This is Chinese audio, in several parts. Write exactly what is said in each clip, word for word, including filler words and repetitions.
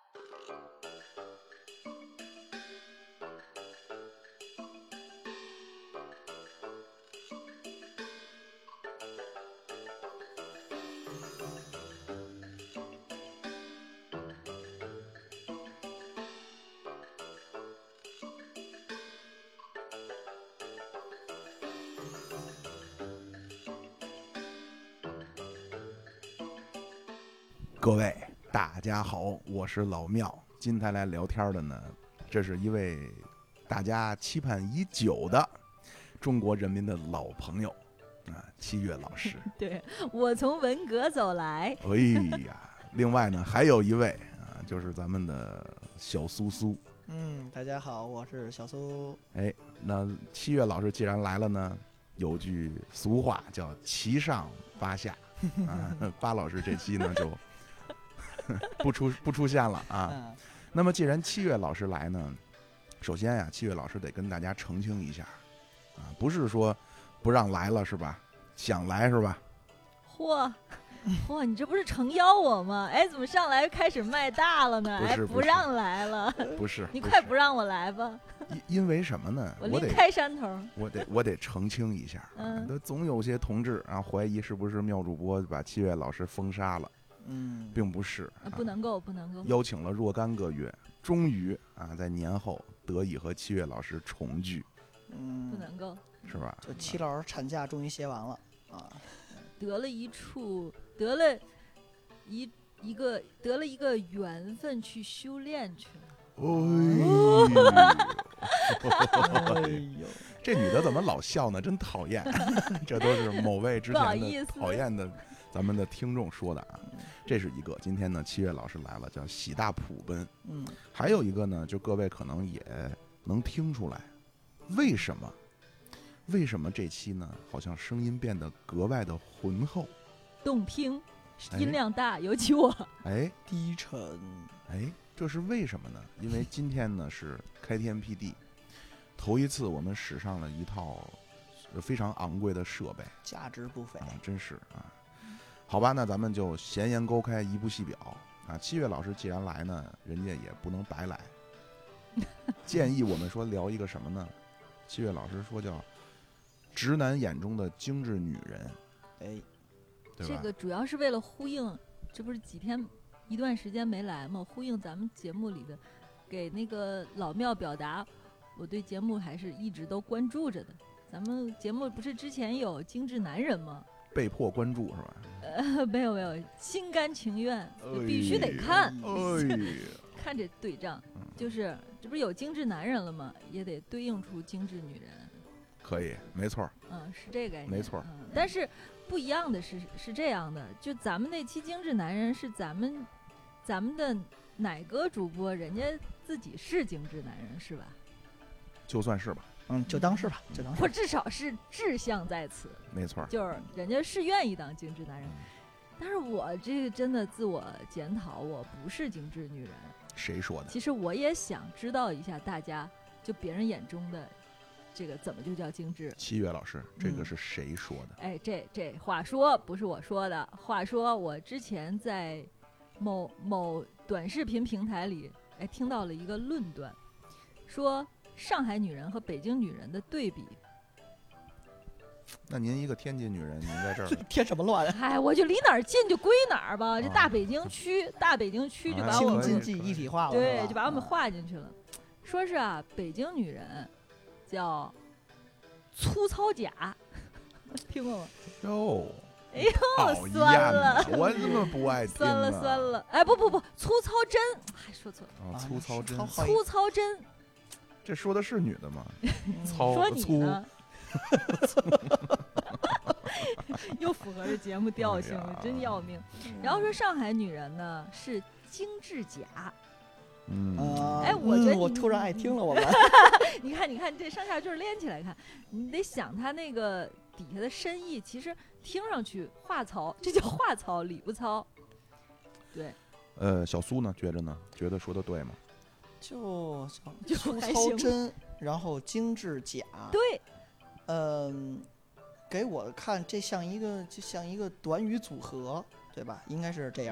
各位大家好，我是老庙。今天来聊天的呢，这是一位大家期盼已久的中国人民的老朋友啊，七月老师。 对，我从文革走来。 哎呀，另外呢还有一位啊，就是咱们的小苏苏。 嗯，大家好，我是小苏。 哎，那七月老师既然来了呢，有句俗话叫七上八下啊，巴老师这期呢就不出不出现了啊。 嗯、 那么既然七月老师来呢，首先呀，七月老师得跟大家澄清一下啊，不是说不让来了是吧？想来是吧？ 嚯嚯，你这不是诚邀我吗？哎，怎么上来开始卖大了呢？哎，不让来了。 不是， 你快不让我来吧。 因因为什么呢？ 我另开山头。 我得我得澄清一下，嗯，都总有些同志啊怀疑是不是妙主播把七月老师封杀了。 嗯， 并不是、啊， 不能够，不能够。 邀请了若干个月，终于啊，在年后得以和七月老师重聚。 嗯， 不能够， 是吧？ 就七老师产假终于歇完了啊， 得了一处，得了一一个，得了一个缘分去修炼去了。 哎呦， 这女的怎么老笑呢？真讨厌！这都是某位之前的讨厌的。咱们的听众说的啊，这是一个。今天呢，七月老师来了，叫喜大普奔。 嗯， 还有一个呢，就各位可能也能听出来，为什么？为什么这期呢，好像声音变得格外的浑厚、 动听，音量大，哎、尤其我。 哎， 低沉。 哎，这是为什么呢？因为今天呢是开天辟地，头一次我们使上了一套非常昂贵的设备， 价值不菲， 啊、真是啊。好吧，那咱们就闲言勾开，一部戏表啊。七月老师既然来呢，人家也不能白来。建议我们说聊一个什么呢？七月老师说叫直男眼中的精致女人。 哎， 对吧？ 这个主要是为了呼应，这不是几天一段时间没来吗？呼应咱们节目里的，给那个老庙表达我对节目还是一直都关注着的。咱们节目不是之前有精致男人吗？ 被迫关注是吧？ 呃，没有没有，心甘情愿，哎、必须得看。 哎、 看这对仗，就是这不是有精致男人了吗？也得对应出精致女人。 可以，没错。 嗯，是这个概念。 没错。 嗯，但是不一样的是，是这样的，就咱们那期精致男人是咱们咱们的哪个主播，人家自己是精致男人是吧？ 就算是吧。 嗯，就当是吧，就当是。 或至少是志向在此。 没错， 就是人家是愿意当精致男人，但是我这个真的自我检讨，我不是精致女人。 谁说的？ 其实我也想知道一下大家，就别人眼中的这个怎么就叫精致？ 七月老师，这个是谁说的？ 嗯、哎，这这话说不是我说的，话说我之前在某某短视频平台里，哎，听到了一个论断，说上海女人和北京女人的对比。 那您一个天津女人，您在这儿添什么乱？ 哎，我就离哪儿近就归哪儿吧。这大北京区，啊、大北京区就把我们经济一体化了， 对，就把我们划进去了。说是啊，北京女人叫粗糙甲，听过吗？ 哟， 哎呦，酸了， 我怎么不爱听、啊？ 酸了酸了，哎，不不不，粗糙针，还说错了、 哦，粗糙针， 粗糙针， 这说的是女的吗？糙说你呢？又符合着节目调性了，哎、真要命。然后说上海女人呢是精致甲， 嗯， 哎，我觉得、 嗯、我突然爱听了，我们。 你看，你看这上下句连起来看，你得想它那个底下的深意，其实听上去话糙，这叫话糙理不糙。对， 呃，小苏呢，觉着呢，觉得说的对吗？ 就就粗糙针，然后精致甲， 对。 嗯，给我看这像一个就像一个短语组合，对吧？应该是这样吧？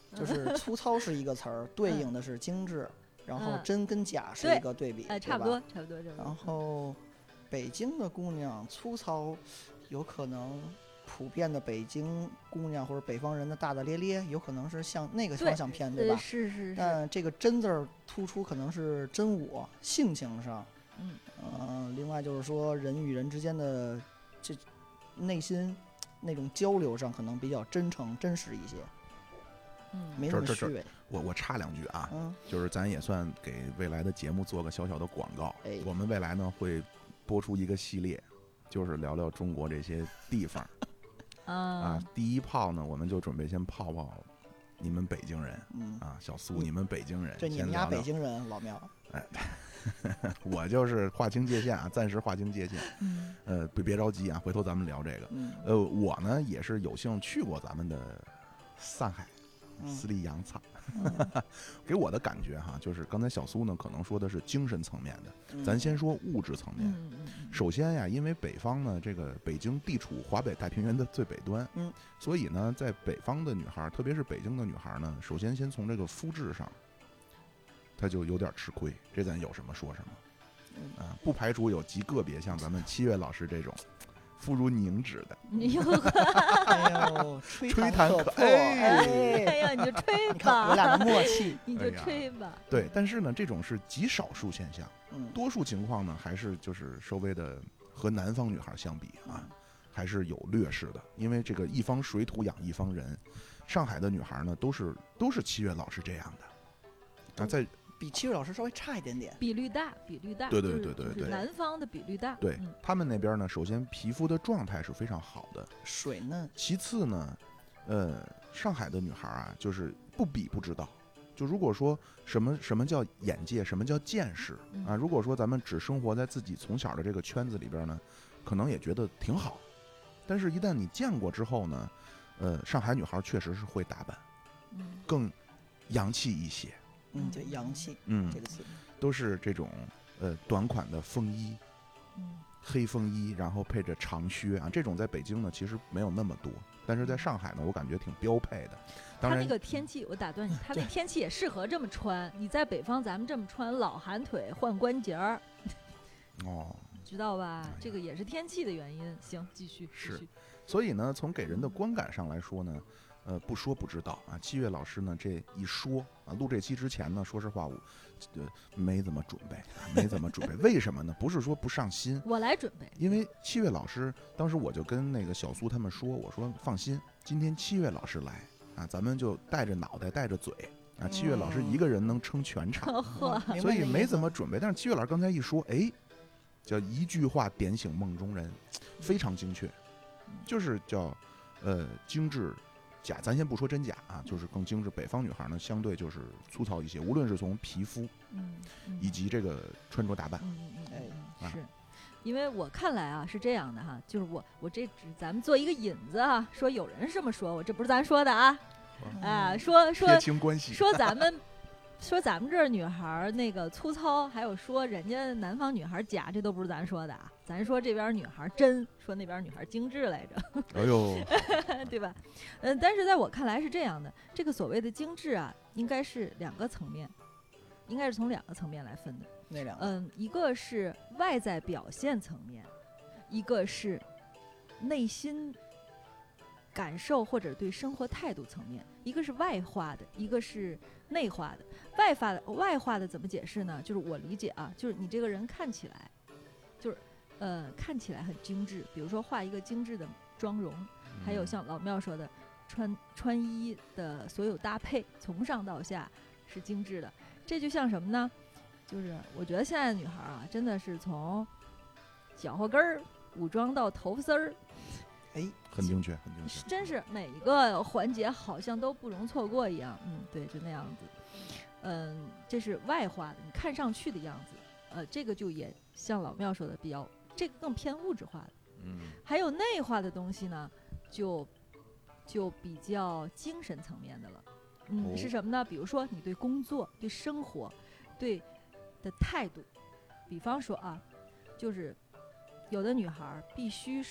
就是粗糙是一个词儿，对应的是精致，然后嗯真跟假是对一个对比， 哎， 对吧差不多，差不多，差不多。 然后北京的姑娘粗糙，有可能普遍的北京姑娘或者北方人的大大咧咧，有可能是向那个对方向偏，对呃， 吧？ 是是是， 但这个真字儿突出可能是真我性情上， 嗯嗯、另外就是说人与人之间的这内心那种交流上可能比较真诚真实一些， 嗯， 没这这这那么虚伪。 我我插两句啊， 嗯， 就是咱也算给未来的节目做个小小的广告。 哎我们未来呢会播出一个系列，就是聊聊中国这些地方啊啊。 第一炮呢，我们就准备先泡泡你们北京人嗯， 啊，小苏， 你你们北京人， 这你们家先聊聊北京人老庙， 我就是划清界限啊，暂时划清界限。 嗯呃，别别着急啊，回头咱们聊这个。 嗯呃，我呢也是有幸去过咱们的上海嗯斯里洋场， 嗯给我的感觉哈，就是刚才小苏呢可能说的是精神层面的， 嗯咱先说物质层面。 嗯嗯嗯， 首先呀，因为北方呢，这个北京地处华北太平原的最北端， 嗯， 所以呢，在北方的女孩，特别是北京的女孩呢，首先先从这个肤质上，她就有点吃亏，这咱有什么说什么， 嗯啊，不排除有极个别像咱们七月老师这种肤如凝脂的， 你又哎呦，吹吹弹可弹可破， 哎哎， 哎呀，你就吹你看我吧， 俩的默契， 你就哎呀吹吧。 对，但是呢，这种是极少数现象， 嗯， 多数情况呢，还是就是稍微的和南方女孩相比啊，还是有劣势的，因为这个一方水土养一方人，上海的女孩呢，都是都是七月老师这样的，啊，在比七月老师稍微差一点点， 比率大，比率大， 对对就是就是对对对南方的比率大， 对嗯他们那边呢，首先皮肤的状态是非常好的， 水嫩， 其次呢，呃，上海的女孩啊，就是不比不知道。就如果说什么什么叫眼界，什么叫见识嗯啊？如果说咱们只生活在自己从小的这个圈子里边呢，可能也觉得挺好。但是，一旦你见过之后呢，呃，上海女孩确实是会打扮， 嗯更洋气一些。 嗯，对，洋气嗯这，个词， 都是这种呃短款的风衣， 嗯黑风衣，然后配着长靴啊，这种在北京呢其实没有那么多，但是在上海呢，我感觉挺标配的。当然它那，个天气，我打断你，它那对天气也适合这么穿。你在北方，咱们这么穿老寒腿换关节儿， 哦， 知道吧哎呀？ 这个也是天气的原因。行，继续，继是续。 所以呢，从给人的观感上来说呢，呃，不说不知道啊。七月老师呢这一说啊，录这期之前呢，说实话我呃没怎么准备，没怎么准备。为什么呢？不是说不上心， 我来准备。 因为七月老师当时我就跟那个小苏他们说，我说放心，今天七月老师来啊，咱们就带着脑袋带着嘴啊，七月老师一个人能撑全场， 嚯， 明白所以没那意思怎么准备。但是七月老师刚才一说，哎，叫一句话点醒梦中人，非常精确，就是叫呃精致假。咱先不说真假啊，就是更精致。北方女孩呢，相对就是粗糙一些，无论是从皮肤嗯，嗯以及这个穿着打扮。 嗯嗯嗯哎啊嗯是。因为我看来啊是这样的哈，就是我我这只咱们做一个引子啊，说有人是这么说，我这不是咱说的啊，啊说说撇清关系， 说咱们说咱们这儿女孩儿那个粗糙，还有说人家南方女孩儿假，这都不是咱说的啊，咱说这边儿女孩儿真，说那边儿女孩儿精致来着， 哎呦， 对吧？嗯，但是在我看来是这样的，这个所谓的精致啊，应该是两个层面，应该是从两个层面来分的。 那两个， 嗯，一个是外在表现层面，一个是内心感受或者对生活态度层面，一个是外化的，一个是内化的。外化的外化的怎么解释呢？就是我理解啊，就是你这个人看起来，就是呃看起来很精致，比如说画一个精致的妆容，还有像老庙说的，穿穿衣的所有搭配，从上到下是精致的。这就像什么呢？就是我觉得现在的女孩啊，真的是从脚后跟儿武装到头发丝儿， 哎， 很精确，很精确。 真是每一个环节好像都不容错过一样。嗯，对，就那样子。嗯，这是外化的，你看上去的样子。呃，这个就也像老庙说的，比较这个更偏物质化的。 嗯， 还有内化的东西呢，就就比较精神层面的了。嗯， 哦是什么呢？比如说你对工作、对生活、对的态度。比方说啊，就是有的女孩儿必须是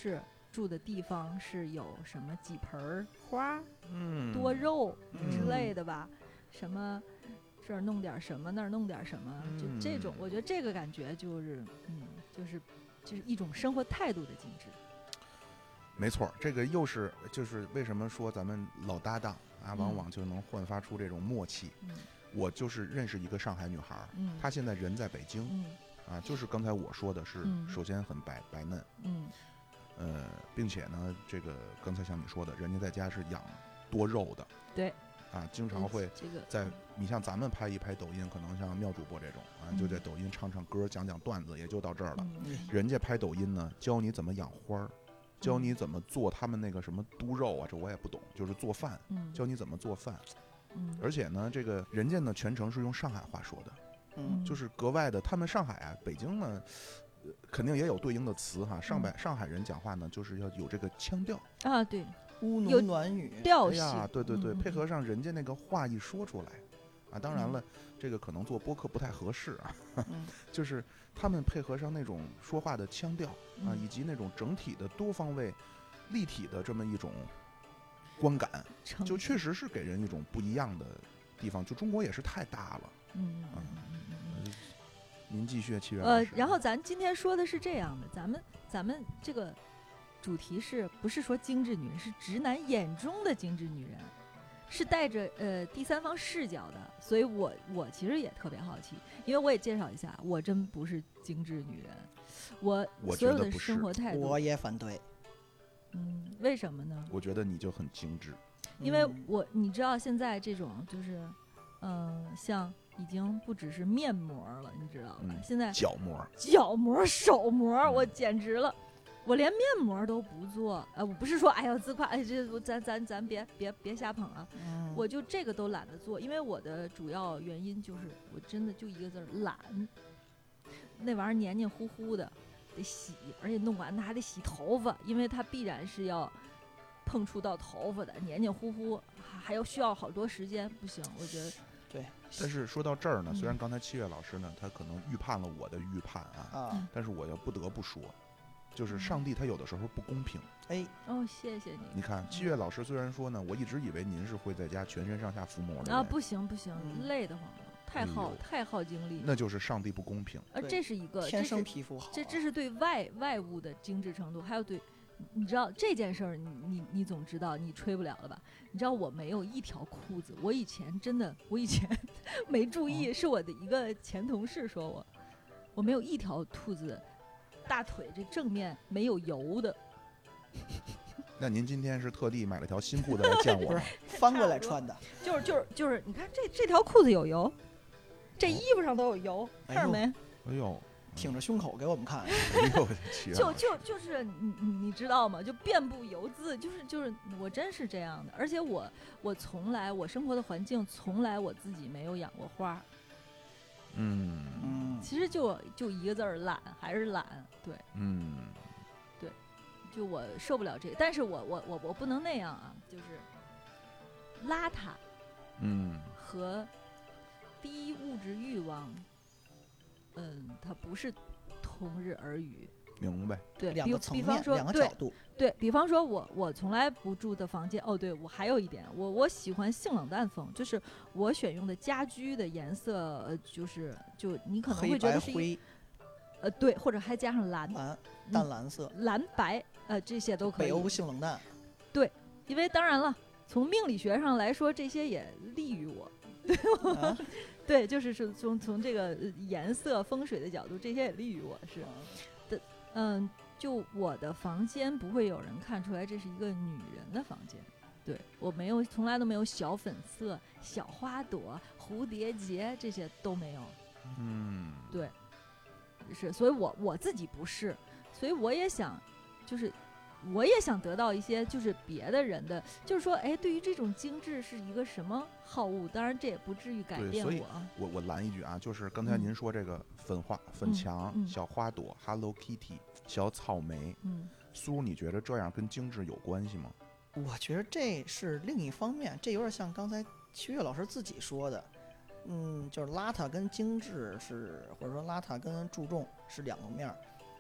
住的地方是有什么几盆花， 嗯， 多肉之嗯类的吧，什么这儿弄点什么那儿弄点什么，就这种， 嗯我觉得这个感觉就是嗯，就是就是一种生活态度的精致。 没错，这个又是就是为什么说咱们老搭档啊，往往就能焕发出这种默契。 嗯我就是认识一个上海女孩， 嗯， 她现在人在北京嗯啊，就是刚才我说的是， 嗯首先很白白嫩， 嗯呃，并且呢，这个刚才像你说的，人家在家是养多肉的， 对， 啊，经常会这个在你像咱们拍一拍抖音，可能像妙主播这种啊， 嗯就在抖音唱唱歌、讲讲段子，也就到这儿了。 嗯人家拍抖音呢，教你怎么养花儿，教你怎么做他们那个什么嘟肉啊，这我也不懂，就是做饭， 嗯教你怎么做饭。 嗯而且呢，这个人家呢全程是用上海话说的， 嗯就是格外的。他们上海啊，北京呢，呃肯定也有对应的词哈。上海上海人讲话呢，就是要有这个腔调。 啊对， 乌有浓暖语， 哎调性， 呀，对对对， 嗯配合上人家那个话一说出来，啊，当然嗯了，这个可能做播客不太合适啊， 嗯就是他们配合上那种说话的腔调啊， 嗯以及那种整体的多方位、立体的这么一种观感， 成就确实是给人一种不一样的地方。就中国也是太大了。 嗯啊嗯嗯嗯嗯呃您继续，七月呃老师， 然后咱今天说的是这样的，咱们咱们这个主题是不是说精致女人，是直男眼中的精致女人，是带着呃第三方视角的，所以我我其实也特别好奇，因为我也介绍一下，我真不是精致女人，我我所有的觉得不是生活态度， 我也反对。 嗯，为什么呢？ 我觉得你就很精致。 因为嗯我你知道现在这种就是，嗯、像已经不只是面膜了，你知道吧？ 嗯现在角膜， 脚膜、手膜， 嗯我简直了，我连面膜都不做。呃，我不是说哎呀自夸，哎这我咱咱咱别别别瞎捧啊， 嗯我就这个都懒得做，因为我的主要原因就是我真的就一个字儿懒。那玩意儿黏黏糊糊的，得洗，而且弄完它还得洗头发，因为它必然是要碰触到头发的，黏黏糊糊，还还要需要好多时间，不行，我觉得。 对但是说到这儿呢， 嗯虽然刚才七月老师呢，他可能预判了我的预判啊， 啊， 但是我要不得不说，就是嗯上帝他有的时候不公平。 哎， 哦，谢谢你。 你看，七月老师虽然说呢，我一直以为您是会在家全身上下敷膜的啊， 人， 不行不行， 嗯累得慌了，太耗、 哎呦太耗精力。 那就是上帝不公平。 而对这是一个， 天生这是皮肤好， 这这是对外外物的精致程度，还有对，你知道这件事儿，你你你总知道，你吹不了了吧？你知道我没有一条裤子，我以前真的，我以前没注意，是我的一个前同事说我，我没有一条裤子，大腿这正面没有油的， 那您今天是特地买了条新裤子来见我吗？ 翻过来穿的。 就是就是就是，你看这这条裤子有油，这衣服上都有油， 哎呦看着没？ 哎呦， 挺着胸口给我们看， 哎呦，七月就老师就就是你你你知道吗？就遍布油渍，就是就是我真是这样的，而且我我从来我生活的环境从来我自己没有养过花， 嗯嗯， 其实就就一个字儿懒，还是懒。对， 嗯， 就我受不了这个，但是我我我我不能那样啊，就是邋遢嗯和低物质欲望，嗯，它不是同日而语。 明白。 对，比两个层比方面， 说对两个角度。 对比方说我，我从来不住的房间。哦，对，我还有一点，我我喜欢性冷淡风，就是我选用的家居的颜色，呃，就是就你可能黑会觉得是一白灰呃对，或者还加上蓝、 蓝淡蓝色， 蓝白，呃，这些都可以。 北欧性冷淡。 因为当然了，从命理学上来说，这些也利于我。 啊对，就是是从从这个呃颜色风水的角度，这些也利于我。是，嗯，就我的房间不会有人看出来这是一个女人的房间。对，我没有，从来都没有小粉色、小花朵、蝴蝶结，这些都没有。 嗯， 对，是，所以我我自己不是，所以我也想，就是我也想得到一些就是别的人的，就是说，哎，对于这种精致是一个什么好恶？当然这也不至于改对所以变我啊。 我我拦一句啊，就是刚才嗯您说这个粉花、粉墙、 嗯小花朵、Hello Kitty、小草莓， 嗯苏，你觉得这样跟精致有关系吗？ 我觉得这是另一方面，这有点像刚才曲月老师自己说的，嗯，就是邋遢跟精致是，或者说邋遢跟注重是两个面儿。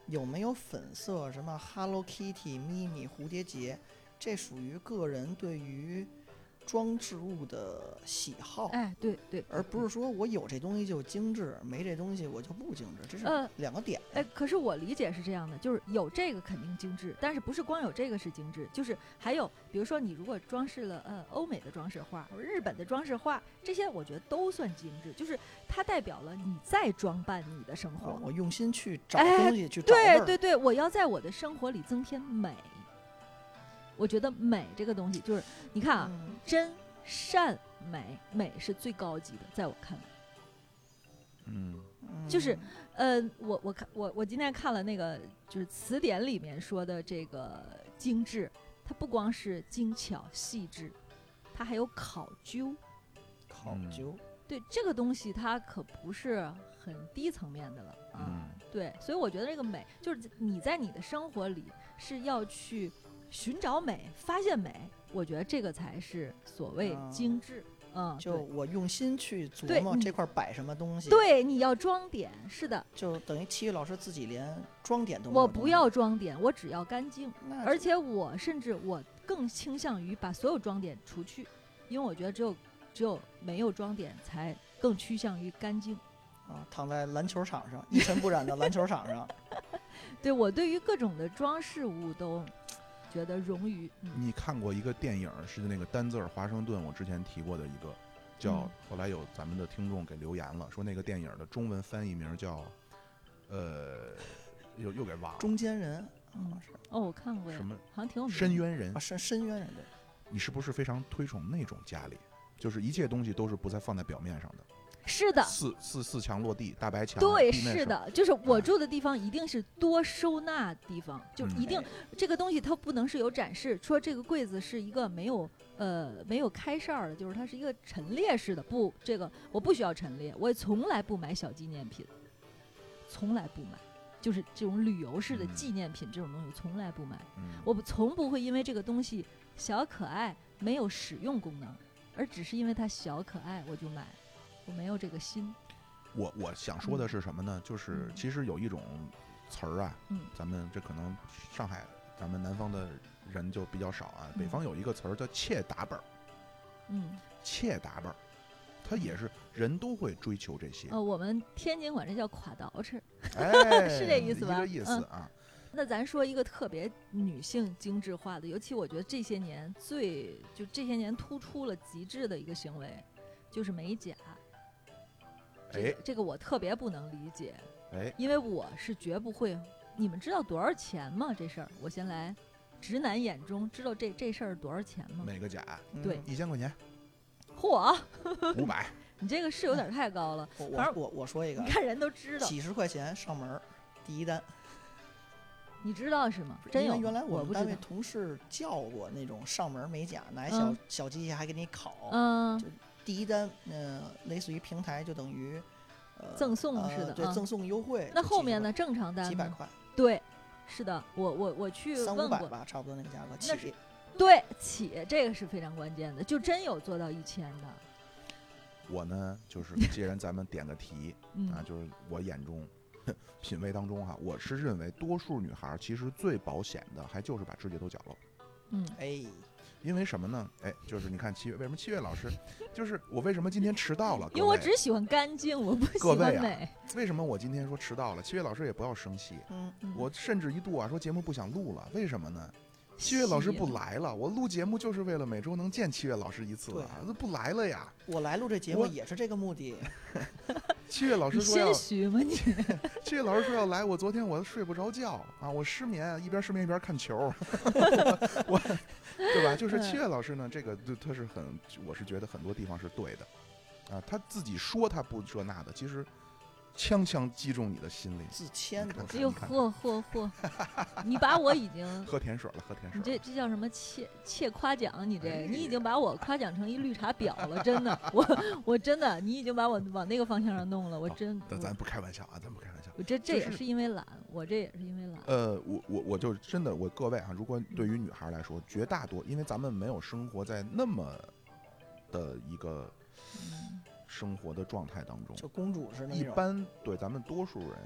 有没有粉色什么 Hello Kitty、咪咪、蝴蝶结，这属于个人对于装置物的喜好， 哎，对对， 而不是说我有这东西就精致，没这东西我就不精致，这是呃两个点。 哎，可是我理解是这样的，就是有这个肯定精致，但是不是光有这个是精致，就是还有比如说你如果装饰了呃欧美的装饰画、日本的装饰画，这些我觉得都算精致，就是它代表了你在装扮你的生活。 啊，我用心去找哎东西，去找味儿。 对对对，我要在我的生活里增添美。我觉得美这个东西，就是你看啊， 嗯真善美，美是最高级的，在我看来。 嗯就是呃，我我看我我今天看了那个，就是词典里面说的这个精致，它不光是精巧细致，它还有考究。 考究。 对这个东西，它可不是很低层面的了啊。 嗯对，所以我觉得这个美，就是你在你的生活里是要去寻找美、发现美，我觉得这个才是所谓啊精致。嗯， 就对我用心去琢对你磨这块摆什么东西， 对，你要装点，是的， 就等于七月老师自己连装点都没有东西。 我不要装点，我只要干净。 那就而且我甚至我更倾向于把所有装点除去，因为我觉得只有只有没有装点才更趋向于干净。 啊，躺在篮球场上一尘不染的篮球场上， 对，我对于各种的装饰物都觉得冗余。嗯你看过一个电影是那个丹泽尔华盛顿，我之前提过的一个，叫、 嗯后来有咱们的听众给留言了，说那个电影的中文翻译名叫，呃，又又给忘了， 中间人嗯啊是哦，我看过呀， 什么好像挺有名的。 深渊人啊，深深渊人对。 你是不是非常推崇那种家里，就是一切东西都是不再放在表面上的， 是的， 四四四墙落地，大白墙， 对， 地面上， 是的，就是我住的地方一定是多收纳地方，就嗯一定、这个东西它不能是有展示，说这个柜子是一个没有呃没有开扇儿的，就是它是一个陈列式的，不，这个我不需要陈列，我也从来不买小纪念品，从来不买，就是这种旅游式的嗯纪念品这种东西从来不买， 嗯， 我不从不会因为这个东西小可爱没有使用功能，而只是因为它小可爱我就买，我没有这个心。 我我想说的是什么呢？就是嗯其实有一种词儿啊， 嗯咱们这可能上海咱们南方的人就比较少啊， 嗯北方有一个词儿叫切打本儿， 嗯， 切打本儿，它也是人都会追求这些， 呃，我们天津管这叫垮倒饬。 哎， 是这意思吧一个意思嗯啊。 那咱说一个特别女性精致化的，尤其我觉得这些年最就这些年突出了极致的一个行为，就是美甲。这哎个这个我特别不能理解， 哎， 因为我是绝不会。你们知道多少钱吗？这事儿，我先来。直男眼中知道这这事儿多少钱吗？ 每个甲嗯对一千块钱， 嚯， 五百， 你这个是有点太高了。 我反正我我我说一个你，看人都知道， 几十块钱上门儿，第一单。 你知道是吗？真有吗？ 因为原来我们单位我不知道。 同事叫过那种上门美甲，拿一小、 嗯小机器还给你烤。 嗯就第一单，呃，类似于平台就等于，呃， 赠送呃对， 似的啊赠送优惠。 那就几十后面呢？正常单呢？ 块几百块， 对，是的，我我我去三问过， 五百吧，差不多那个价格那起。 对，起这个是非常关键的，就真有做到一千的， 我呢就是既然咱们点个题嗯啊，就是我眼中品味当中哈，我是认为多数女孩其实最保险的还就是把指甲都绞了。 嗯哎， 因为什么呢？哎，就是你看七月，为什么七月老师，就是我为什么今天迟到了？ 因为我各位只喜欢干净，我不喜各位啊欢美。 为什么我今天说迟到了？七月老师也不要生气， 嗯， 嗯我甚至一度啊说节目不想录了，为什么呢？七月老师不来了，我录节目就是为了每周能见七月老师一次啊，那不来了呀。 我来录这节目我也是这个目的。 七月老师你说要心，虚吗你？ 七月老师说要来，我昨天我睡不着觉啊，我失眠，一边失眠一边看球，我对吧？就是七月老师呢，这个就他是很，我是觉得很多地方是对的啊，他自己说他不这那的，其实枪枪击中你的心里。 自谦你看都是哎呦你看嚯嚯嚯！你把我已经， 喝甜水了，喝甜水了。 你这这叫什么切切夸奖？你这哎你已经把我夸奖成一绿茶婊了，真的，我我真的，你已经把我往那个方向上弄了，我真，我但咱不开玩笑啊，咱不开玩笑。 我这这也就是是因为懒，我这也是因为懒。 呃，我我我就真的，我各位啊，如果对于女孩来说，绝大多，因为咱们没有生活在那么的一个嗯生活的状态当中， 就公主似的一那种。 般对咱们多数人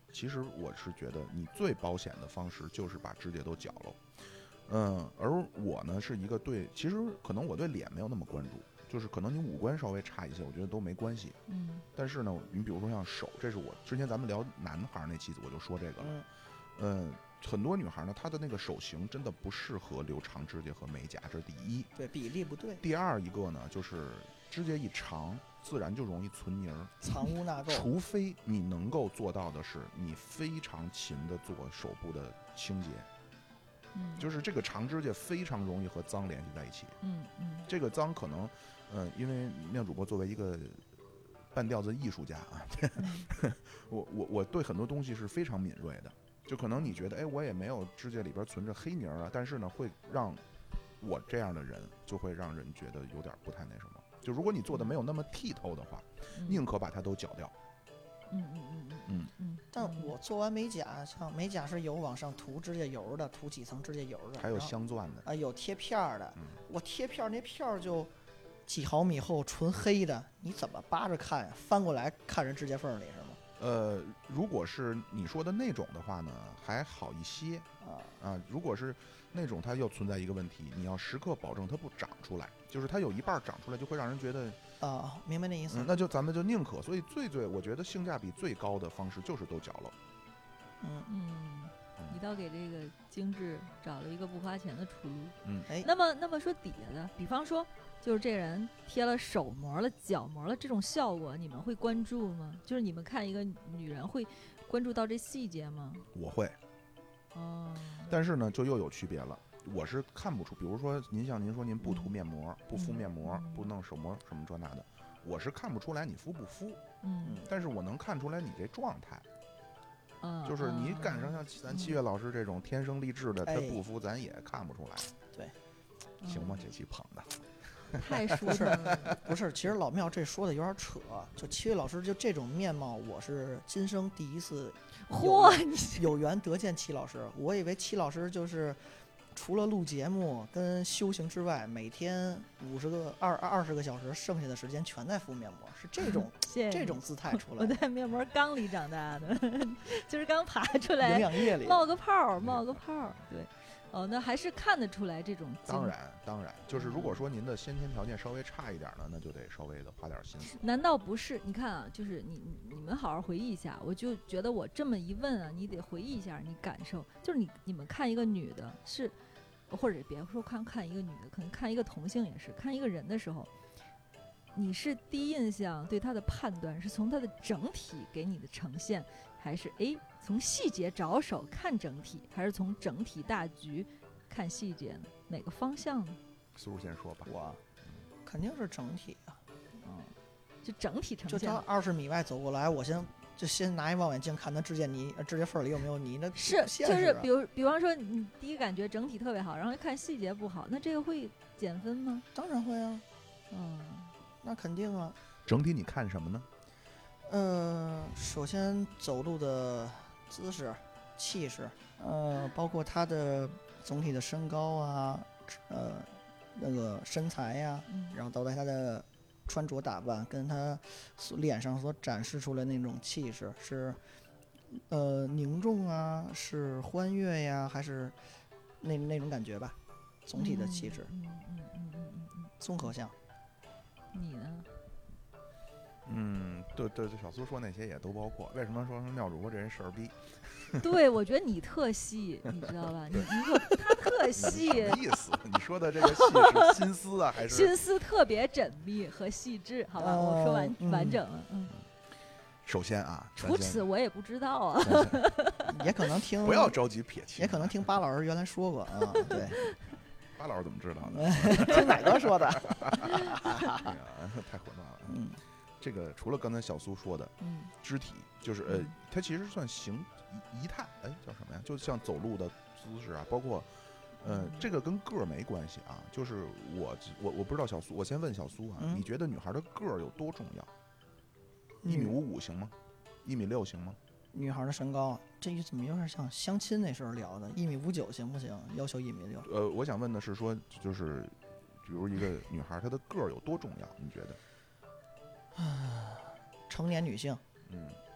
其实我是觉得你最保险的方式就是把指甲都绞了。嗯，而我呢是一个对，其实可能我对脸没有那么关注，就是可能你五官稍微差一些，我觉得都没关系。 嗯， 但是呢，你比如说像手，这是我之前咱们聊男孩那期我就说这个了。 嗯嗯，很多女孩呢，她的那个手型真的不适合留长指甲和美甲，这是第一。 对，比例不对， 第二一个呢，就是指甲一长，自然就容易存泥儿。 藏污纳垢。 除非你能够做到的是，你非常勤的做手部的清洁， 嗯， 就是这个长指甲非常容易和脏联系在一起。 嗯嗯， 这个脏可能，呃，因为妙主播作为一个半吊子艺术家啊， 嗯我我我对很多东西是非常敏锐的。就可能你觉得，哎，我也没有指甲里边存着黑泥儿啊，但是呢，会让我这样的人就会让人觉得有点不太那什么。就如果你做的没有那么剔透的话， 嗯宁可把它都绞掉。 嗯嗯嗯嗯嗯嗯， 但我做完美甲，像美甲是有往上涂指甲油的，涂几层指甲油的， 还有然后镶钻的。 啊、有贴片儿的。 嗯我贴片儿那片儿就几毫米厚，纯黑的，你怎么扒着看呀？翻过来看人指甲缝里是吗？ 呃，如果是你说的那种的话呢，还好一些啊， 啊。如果是那种，它又存在一个问题，你要时刻保证它不长出来，就是它有一半长出来，就会让人觉得， 啊，明白那意思。 嗯，那就咱们就宁可，所以最最，我觉得性价比最高的方式就是都绞了。 嗯， 嗯，你倒给这个精致找了一个不花钱的出路。 嗯， 哎， 那么，那么说底下的，比方说，就是这人贴了手膜了、脚膜了，这种效果你们会关注吗？就是你们看一个女人会关注到这细节吗？ 我会， 哦， 但是呢，就又有区别了。我是看不出，比如说您像您说您不涂面膜、不敷面膜、 嗯不弄手膜什么这那的，我是看不出来你敷不敷， 嗯但是我能看出来你这状态。 嗯， 就是你赶上像咱七月嗯老师这种天生丽质的，他哎不敷咱也看不出来。 对， 行吗？ 嗯这期捧的。 太舒坦了。 不是，其实老庙这说的有点扯。就七位老师就这种面貌，我是今生第一次嚯，你有缘得见戚老师。我以为戚老师就是除了录节目跟修行之外，每天五十个二二十个小时，剩下的时间全在敷面膜，是这种谢谢你这种姿态出我来， 在面膜缸里长大的，就是刚爬出营来， 养液里。 冒个泡儿，冒个泡儿。对，哦，那还是看得出来这种精。 当然，当然，就是如果说您的先天条件稍微差一点呢，那就得稍微的花点心思。 难道不是？你看啊，就是你你你们好好回忆一下，我就觉得我这么一问啊，你得回忆一下你感受，就是你你们看一个女的是，或者别说看看一个女的，可能看一个同性也是，看一个人的时候，你是第一印象对她的判断是从她的整体给你的呈现，还是诶从细节着手看整体，还是从整体大局看细节呢？哪个方向呢？ 苏苏先说吧。 我肯定是整体啊， 嗯，就整体呈就现他二十米外走过来，我先就先拿一望远镜看他指甲泥、呃指甲缝里有没有泥，那是， 不现实啊就是比如比方说你第一感觉整体特别好，然后一看细节不好，那这个会减分吗？ 当然会啊， 嗯， 那肯定啊。 整体你看什么呢？ 呃，首先走路的姿势、气势，呃，包括他的总体的身高啊，呃，那个身材呀、 嗯然后到他的穿着打扮，跟他所脸上所展示出来那种气势，是呃凝重啊，是欢悦呀，还是那那种感觉吧？总体的气质， 嗯嗯嗯嗯嗯嗯综合项。 嗯，你呢？ 嗯，对对对，小苏说那些也都包括。为什么说妙主播这人事儿逼？ 对，我觉得你特细，你知道吧？你你可他特细， 什么意思？你说的这个戏是心思啊，还是心思特别缜密和细致，好吧？我说完呃完整了，嗯。 首先啊， 除此我也不知道啊。 咱先也可能听， 不要着急撇清， 也可能听巴老师原来说过啊，对， 巴老师怎么知道的？ 听哪个说的？ 哎呀，太混乱了。 嗯这个除了刚才小苏说的嗯肢体，就是呃嗯， 它其实算形仪仪态，哎，叫什么呀？就像走路的姿势啊，包括，呃， 嗯这个跟个儿没关系啊。就是我我我不知道小苏，我先问小苏啊， 嗯你觉得女孩的个儿有多重要？一米五五行吗？一米六行吗？ 女孩的身高，这怎么有点像相亲那时候聊的？一米五九行不行？要求一米六。 呃，我想问的是说，就是比如一个女孩，她的个儿有多重要？你觉得？ 成年女性， 嗯，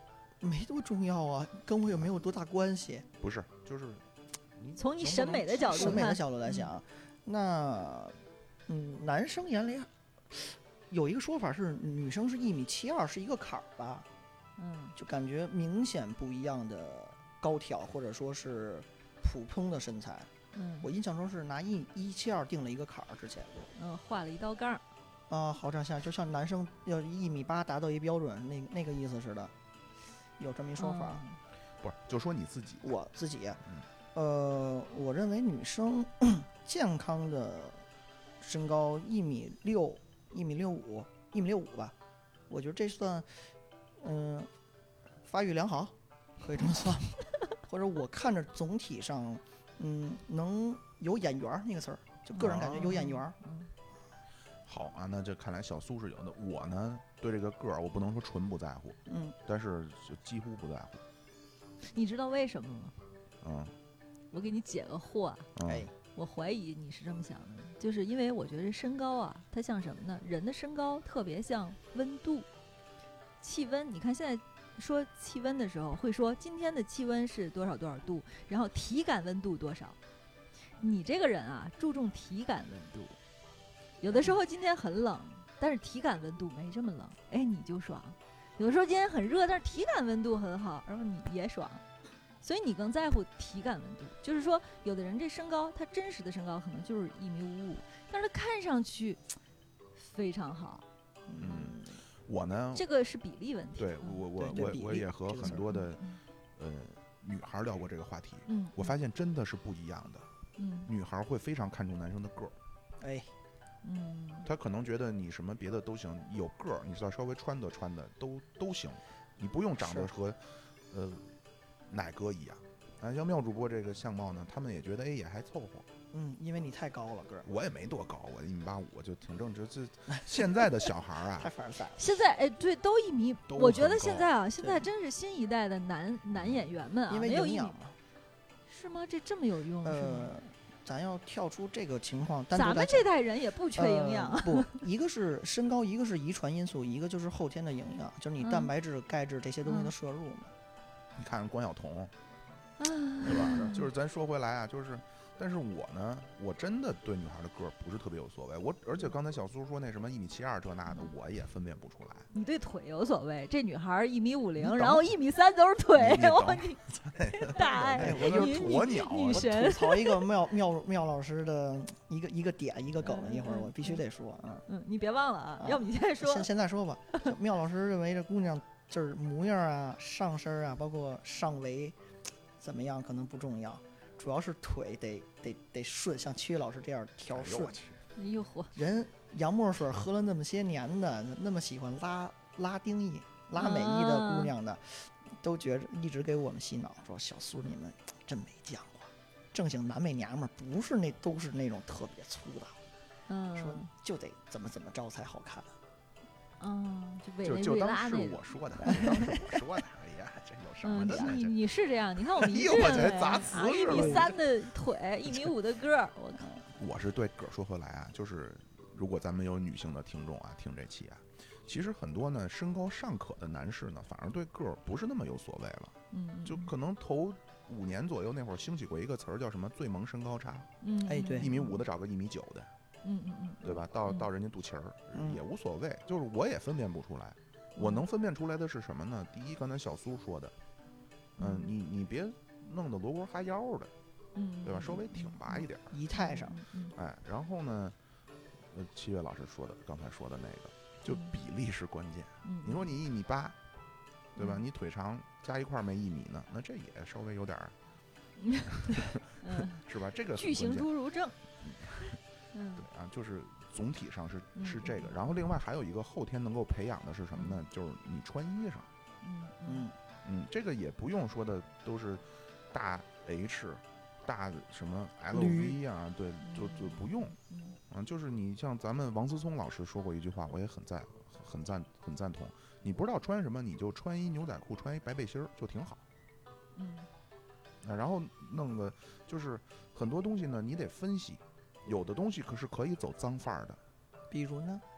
没多重要啊，跟我也没有多大关系。 不是，就是你从你能不能审美的角度看审美的角度来讲，那嗯，男生眼里有一个说法是，女生是一米七二是一个坎儿吧， 嗯就感觉明显不一样的高挑，或者说是普通的身材。 嗯我印象中是拿一一七二定了一个坎儿，之前嗯，画了一道杠儿。 啊，好像像就像男生要一米八达到一标准，那那个意思似的，有这么一说法。 嗯不是就说你自己， 我自己， 嗯呃，我认为女生健康的身高一米六、一米六五、一米六五吧，我觉得这算，嗯、发育良好，可以这么算，或者我看着总体上，嗯，能有眼缘儿那个词儿，就个人感觉有眼缘儿。 嗯好啊，那这看来小苏是有的。我呢，对这个个儿，我不能说纯不在乎， 嗯， 但是就几乎不在乎。 你知道为什么吗？ 嗯我给你解个惑啊。 嗯， 哎， 我怀疑你是这么想的，就是因为我觉得身高啊，它像什么呢？人的身高特别像温度、气温。你看现在说气温的时候，会说今天的气温是多少多少度，然后体感温度多少。你这个人啊，注重体感温度，有的时候今天很冷，但是体感温度没这么冷，哎，你就爽。有的时候今天很热，但是体感温度很好，然后你也爽。所以你更在乎体感温度，就是说，有的人这身高，他真实的身高可能就是一米五五，但是他看上去非常好。 嗯，我呢， 这个是比例问题。 对嗯我我对对比例我我也和这个词儿很多的嗯呃女孩儿聊过这个话题， 嗯， 我发现真的是不一样的。 嗯女孩儿会非常看重男生的个儿， 哎， 嗯她可能觉得你什么别的都行，有个儿，你只要稍微穿的穿的都都行，你不用长得是和呃奶哥一样。啊，像妙主播这个相貌呢，他们也觉得哎也还凑合。 嗯，因为你太高了个儿， 我也没多高，我一米八五就挺正直。这现在的小孩儿啊太，凡尔赛了。 现在哎，对，都一米。 都我觉得很高现在啊，现在真是新一代的男男演员们啊， 因为没有一米营养嘛， 是吗？这这么有用是吗？ 呃，咱要跳出这个情况，单独咱来讲们这代人也不缺营养。 呃。不，一个是身高，一个是遗传因素，一个就是后天的营养，就是你蛋嗯白质、钙质这些东西嗯的摄入嘛。 你看关晓彤， 啊， 对吧？就是咱说回来啊，就是，但是我呢，我真的对女孩的个儿不是特别有所谓。我而且刚才小苏说那什么一米七二这那的，我也分辨不出来。 你对腿有所谓，这女孩一米五零， 你等然后一米三都是腿你，你我等你大爱哎， 我就是女鸵鸟女女我吐神。 槽一个妙妙妙老师的一个一个点一个梗， 嗯一会儿嗯我必须得说啊。 嗯，你别忘了啊， 啊要不你现在说现。现在说吧，就妙老师认为这姑娘就是模样啊、上身啊，包括上围怎么样，可能不重要，主要是腿得得得顺，像七月老师这样条顺哎呦我。去， 哎呦嚯， 人洋墨水喝了那么些年的，那么喜欢拉拉丁裔、拉美裔的姑娘的，都觉着一直给我们洗脑，说小苏你们真没见过，正经南美娘们儿不是那都是那种特别粗的，说嗯就得怎么怎么着才好看。 嗯，就委就内瑞就当是拉那种我。说的，当是我说的。哎呀，这有什么嗯， 的呀？ 你这你是这样，你看我们一哎呦我致认为这砸瓷啊，一实了米三的腿，一米五的个儿，我靠， 我是对个儿说回来啊，就是如果咱们有女性的听众啊，听这期啊，其实很多呢身高尚可的男士呢，反而对个儿不是那么有所谓了。 嗯， 就可能头五年左右那会儿兴起过一个词儿，叫什么“最萌身高差”， 嗯， 哎对一米五的找个一米九的， 嗯嗯嗯， 对吧？到嗯到人家肚脐儿嗯也无所谓，就是我也分辨不出来。我能分辨出来的是什么呢？第一，刚才小苏说的，嗯，你你别弄得罗锅哈腰的， 嗯， 对吧？稍微挺拔一点儿， 仪态上， 嗯，嗯哎，然后呢，呃，七月老师说的，刚才说的那个，就嗯比例是关键。 嗯， 你说你一米八，对吧？ 嗯你腿长加一块儿没一米呢，那这也稍微有点儿， 嗯， 是吧？这个很巨型关键侏儒症，嗯对啊，就是总体上是嗯是这个。 嗯然后另外还有一个后天能够培养的是什么呢？就是你穿衣裳， 嗯嗯， 嗯，这个也不用说的都是大 H、大什么驴 L V 啊，对，就就不用。 嗯嗯，就是你像咱们王思聪老师说过一句话，我也很赞，很赞，很赞同。你不知道穿什么，你就穿一牛仔裤，穿一白背心儿就挺好。 嗯啊，然后弄个就是很多东西呢，你得分析，有的东西可是可以走脏范儿的， 比如呢，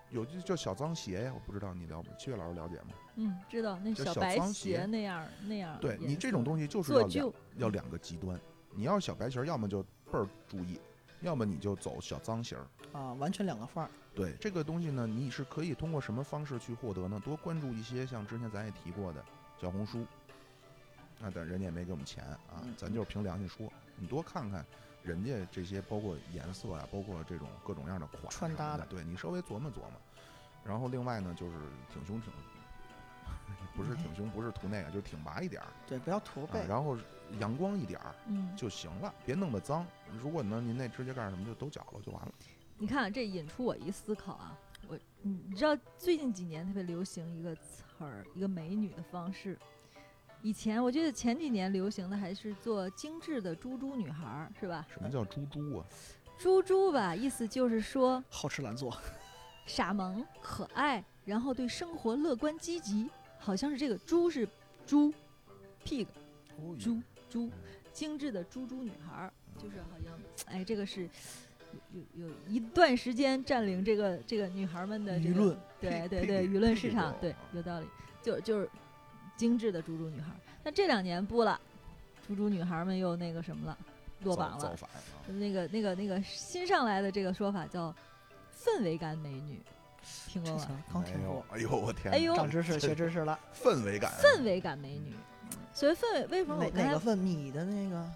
有就叫小脏鞋呀，我不知道你了不？七月老师了解吗？ 嗯，知道那就小白脏鞋鞋那样那样。 对你这种东西就是要两做旧， 要两个极端。你要是小白鞋儿，要么就倍儿注意，要么你就走小脏鞋儿。 啊，完全两个范儿。 对这个东西呢，你是可以通过什么方式去获得呢？多关注一些像之前咱也提过的小红书，啊，但人家也没给我们钱啊， 嗯咱就是凭良心说，你多看看人家这些，包括颜色啊，包括这种各种各样的款穿搭的的，对你稍微琢磨琢磨。然后另外呢，就是挺胸挺，不是挺胸，不是图那个，就是挺拔一点儿， 对，不要驼背。 啊，然后阳光一点儿嗯， 就行了，别弄得脏。如果呢您那指甲盖什么就都绞了就完了。 你看这引出我一思考啊，我你你知道最近几年特别流行一个词儿，一个美女的方式。以前我觉得前几年流行的还是做精致的猪猪女孩儿，是吧？ 什么叫猪猪啊？ 猪猪吧，意思就是说好吃懒做。 傻萌可爱，然后对生活乐观积极，好像是这个猪是猪 pig 哦猪猪精致的猪猪女孩儿，就是好像哎这个是有有有一段时间占领这个这个女孩们的这个舆论， 对对 Pig- 对 Pig- 舆论市场 Pig 对有道理，就就是精致的猪猪女孩儿。那这两年不了，猪猪女孩们又那个什么了，落榜了。 造反啊！ 那个那个那个新上来的这个说法叫氛围感美女，听过吗？ 没刚听过。。 有哎呦我天哪！ 哎呦长知识，学知识了。 氛围感， 氛围感美女，所以氛围为什么哪我刚才哪个份？米的那个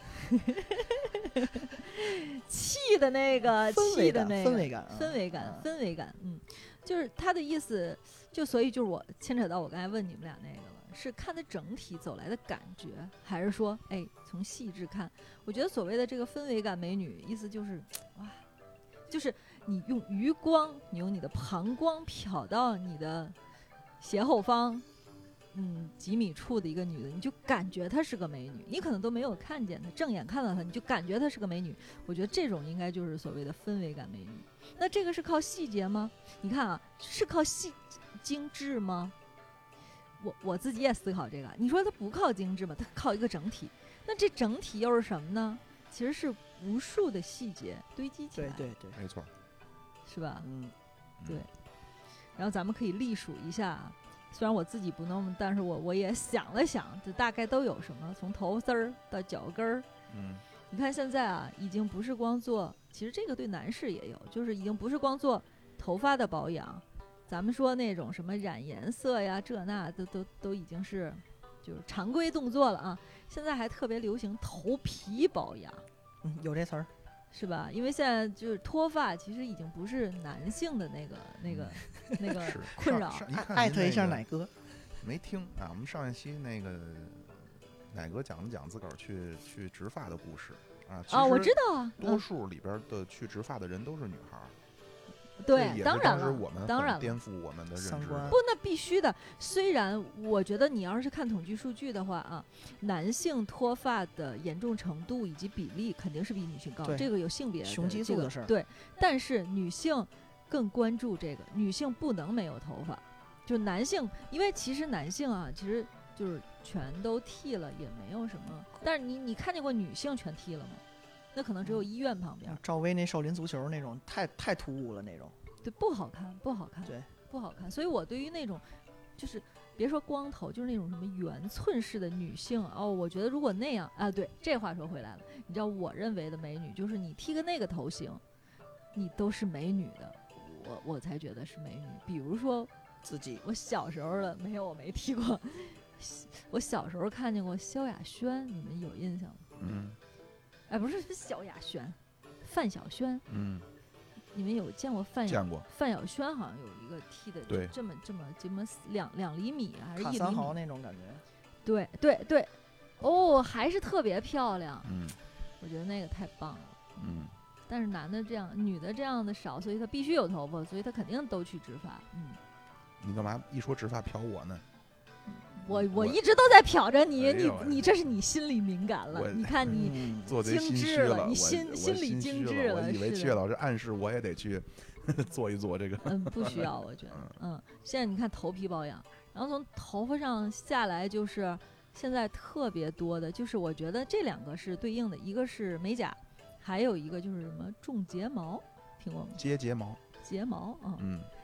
气的那个氛围感， 气的那个氛围感啊， 氛围感啊， 氛围感，嗯，就是他的意思，就所以就是我牵扯到我刚才问你们俩那个了，是看它整体走来的感觉，还是说，哎，从细致看？我觉得所谓的这个氛围感美女，意思就是，哇，就是你用余光，你用你的膀胱瞟到你的斜后方。嗯，几米处的一个女的，你就感觉她是个美女，你可能都没有看见她，正眼看到她，你就感觉她是个美女。我觉得这种应该就是所谓的氛围感美女。那这个是靠细节吗？你看啊，是靠细精致吗？我我自己也思考这个。你说它不靠精致吗？它靠一个整体。那这整体又是什么呢？其实是无数的细节堆积起来， 对对对， 没错。 是吧？ 嗯， 对。然后咱们可以隶数一下啊。虽然我自己不弄，但是我我也想了想，这大概都有什么？从头丝儿到脚跟儿， 嗯， 你看现在啊，已经不是光做，其实这个对男士也有，就是已经不是光做头发的保养，咱们说那种什么染颜色呀，这那都都都已经是就是常规动作了啊。现在还特别流行头皮保养， 嗯，有这词儿。 是吧？因为现在就是脱发，其实已经不是男性的那个那个那个是困扰。 上上一看艾特一您那个下奶哥。 没听啊？我们上一期那个奶哥讲了讲自个儿去去植发的故事啊。 啊，我其实知道啊， 多嗯， 数里边的去植发的人都是女孩儿。这对， 也是当然了时我们， 当然了。 很颠覆我们的认知。 三观不，那必须的。虽然我觉得你要是看统计数据的话啊，男性脱发的严重程度以及比例肯定是比女性高， 对这个有性别的雄激素这个的事儿对，但是女性更关注这个，女性不能没有头发。就男性，因为其实男性啊，其实就是全都剃了也没有什么。但是你你看见过女性全剃了吗？那可能只有医院旁边， 赵薇那少林足球那种，太太突兀了那种。 对，不好看，不好看， 对， 不好看。所以我对于那种，就是别说光头，就是那种什么圆寸式的女性哦，我觉得如果那样啊，对，这话说回来了，你知道我认为的美女，就是你剃个那个头型，你都是美女的，我我才觉得是美女。比如说自己我小时候的，没有，我没剃过。我小时候看见过萧亚轩，你们有印象吗？ 嗯哎，不是是萧亚轩，范晓萱， 嗯， 你们有见过范晓见过。 范晓萱好像有一个剃的对这么这么这么两两厘米还是卡一厘米？ 三毫那种感觉。 对对对，哦，还是特别漂亮， 嗯我觉得那个太棒了。 嗯， 但是男的这样，女的这样的少，所以他必须有头发，所以他肯定都去植发。嗯， 你干嘛一说植发瞟我呢？ 我我我一直都在瞟着你，你哎呦你这是你心里敏感我了，你看你嗯， 做贼精心虚致了了，我你心我心里心精虚致了我以为是的七月老师暗示我也得去做一做这个。 嗯，不需要，我觉得，嗯，现在你看头皮保养，然后从头发上下来就是现在特别多的，就是我觉得这两个是对应的，一个是美甲，还有一个就是什么种睫毛，听过吗？ 接睫毛， 睫毛啊， 嗯，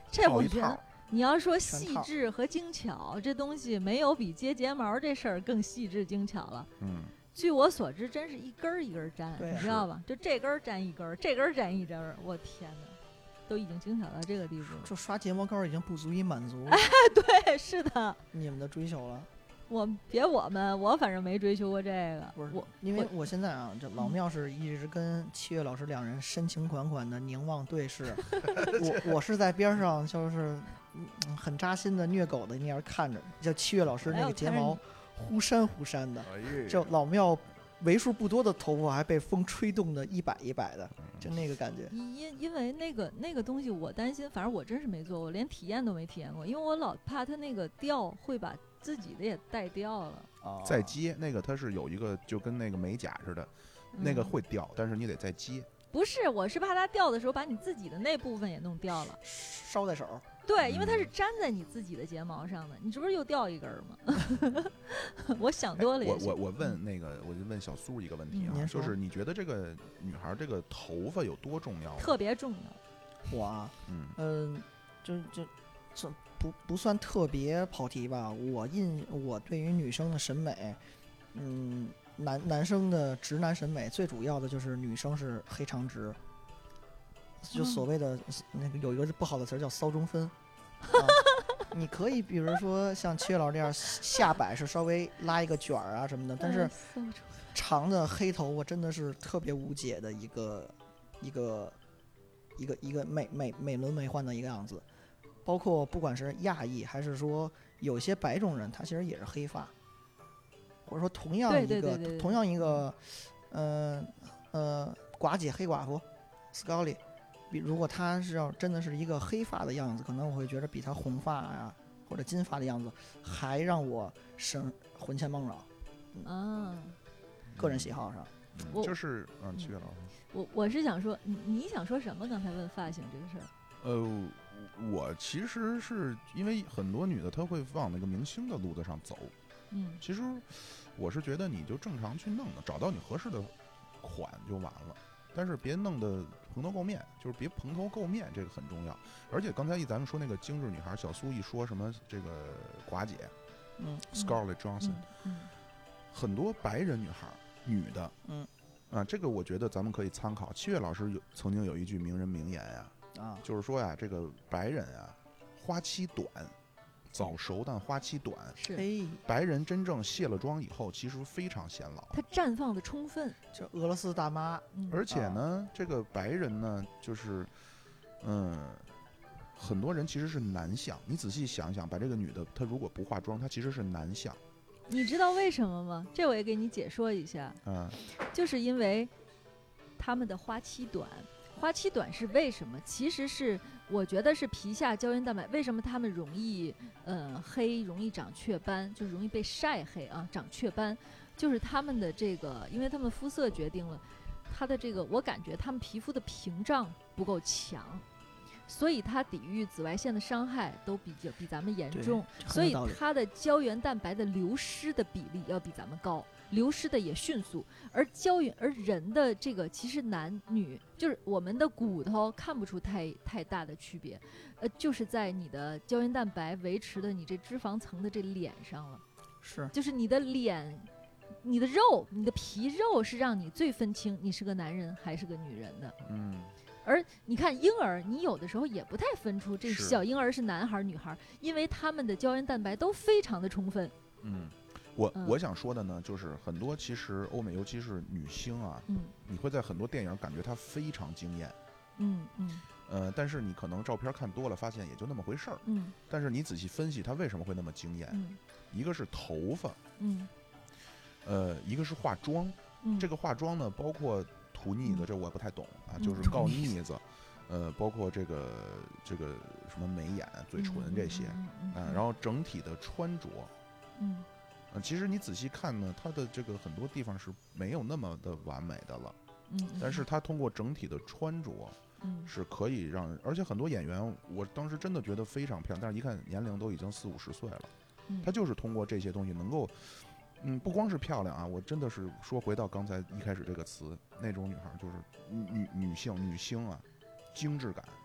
这套一套我觉得。你要说全套细致和精巧，这东西没有比接睫毛这事儿更细致精巧了。 嗯， 据我所知，真是一根儿一根儿粘， 对你知道吧？就这根儿粘一根儿，这根儿粘一根儿，我天哪，都已经精巧到这个地步了。 就刷睫毛膏已经不足以满足对，是的， 你们的追求了。 我别我们，我反正没追求过这个。 不是我因为我现在啊，这老庙是一直跟七月老师两人深情款款的凝望对视，我我是在边上就是嗯很扎心的虐狗的那样看着，叫七月老师那个睫毛忽闪忽闪的， 哎呀， 就老庙为数不多的头发还被风吹动的一摆一摆的，就那个感觉。 因因为那个那个东西，我担心，反正我真是没做过，连体验都没体验过，因为我老怕它那个掉会把自己的也带掉了。 啊， 再接那个它是有一个就跟那个美甲似的，那个嗯会掉，但是你得再接。 不是，我是怕它掉的时候把你自己的那部分也弄掉了。 捎带手。 对，因为它是粘在你自己的睫毛上的，你这不是又掉一根儿吗？我想多了也我许。 我我问那个，我就问小苏一个问题啊， 嗯您说就是你觉得这个女孩这个头发有多重要？ 特别重要。 我啊， 嗯嗯，就就这不不算特别跑题吧。我印我对于女生的审美，嗯，男男生的直男审美最主要的就是女生是黑长直，就所谓的那个有一个不好的词儿叫骚中分。啊，你可以比如说像七月老师这样下摆是稍微拉一个卷儿啊什么的，但是哎搜出长的黑头发真的是特别无解的一个一个一个一个美美美轮美奂的一个样子。包括不管是亚裔还是说有些白种人，他其实也是黑发，或者说同样对一个对对对对同样一个呃呃寡姐黑寡妇 Scully，比如果他是要真的是一个黑发的样子，可能我会觉得比他红发呀、或者金发的样子还让我生魂牵梦绕。 啊， 个人喜好上， 嗯我就是嗯，七月老师， 我我是想说，你你想说什么？刚才问发型这个事儿。 呃，我其实是因为很多女的她会往那个明星的路子上走， 嗯其实我是觉得你就正常去弄的，找到你合适的款就完了。但是别弄得蓬头垢面，就是别蓬头垢面，这个很重要。而且刚才一咱们说那个精致女孩小苏一说什么这个寡姐嗯 Scarlett Johansson，、 嗯很多白人女孩女的， 嗯啊，这个我觉得咱们可以参考。七月老师有曾经有一句名人名言呀、 啊， 就是说呀，这个白人啊，花期短，早熟但花期短。 是嘿， 白人真正卸了妆以后，其实非常显老。 它绽放的充分。 这俄罗斯大妈， 嗯而且呢，这个白人呢，就是，嗯，很多人其实是男相。你仔细想想，把这个女的，她如果不化妆，她其实是男相。 你知道为什么吗？这我也给你解说一下， 嗯， 就是因为他们的花期短。花期短是为什么？其实是我觉得是皮下胶原蛋白。为什么他们容易呃黑，容易长雀斑，就容易被晒黑啊，长雀斑，就是他们的这个，因为他们肤色决定了他的这个，我感觉他们皮肤的屏障不够强，所以它抵御紫外线的伤害都比较比咱们严对重， 这很所以有道理它的胶原蛋白的流失的比例要比咱们高，流失的也迅速。而胶原而人的这个其实男女就是我们的骨头看不出太太大的区别，呃，就是在你的胶原蛋白维持的你这脂肪层的这脸上了， 是就是你的脸。你的肉，你的皮肉是让你最分清你是个男人还是个女人的。 嗯， 而你看婴儿，你有的时候也不太分出这是小婴儿是男孩儿女孩儿，因为他们的胶原蛋白都非常的充分。 嗯，我嗯我想说的呢，就是很多其实欧美，尤其是女星啊， 嗯你会在很多电影感觉她非常惊艳， 嗯嗯呃，但是你可能照片看多了，发现也就那么回事儿。 嗯但是你仔细分析她为什么会那么惊艳， 嗯一个是头发， 嗯呃，一个是化妆。 嗯， 这个化妆呢，包括涂腻子， 嗯这我不太懂啊， 嗯就是告腻子，呃，包括这个这个什么眉眼、嘴唇这些， 嗯啊，然后整体的穿着， 嗯呃，其实你仔细看呢，它的这个很多地方是没有那么的完美的了， 嗯， 但是它通过整体的穿着嗯是可以让人，而且很多演员，我当时真的觉得非常漂亮，但是一看年龄都已经四五十岁了， 嗯他就是通过这些东西能够。嗯，不光是漂亮啊，我真的是说回到刚才一开始这个词，那种女孩就是女女女性女星啊，精致感，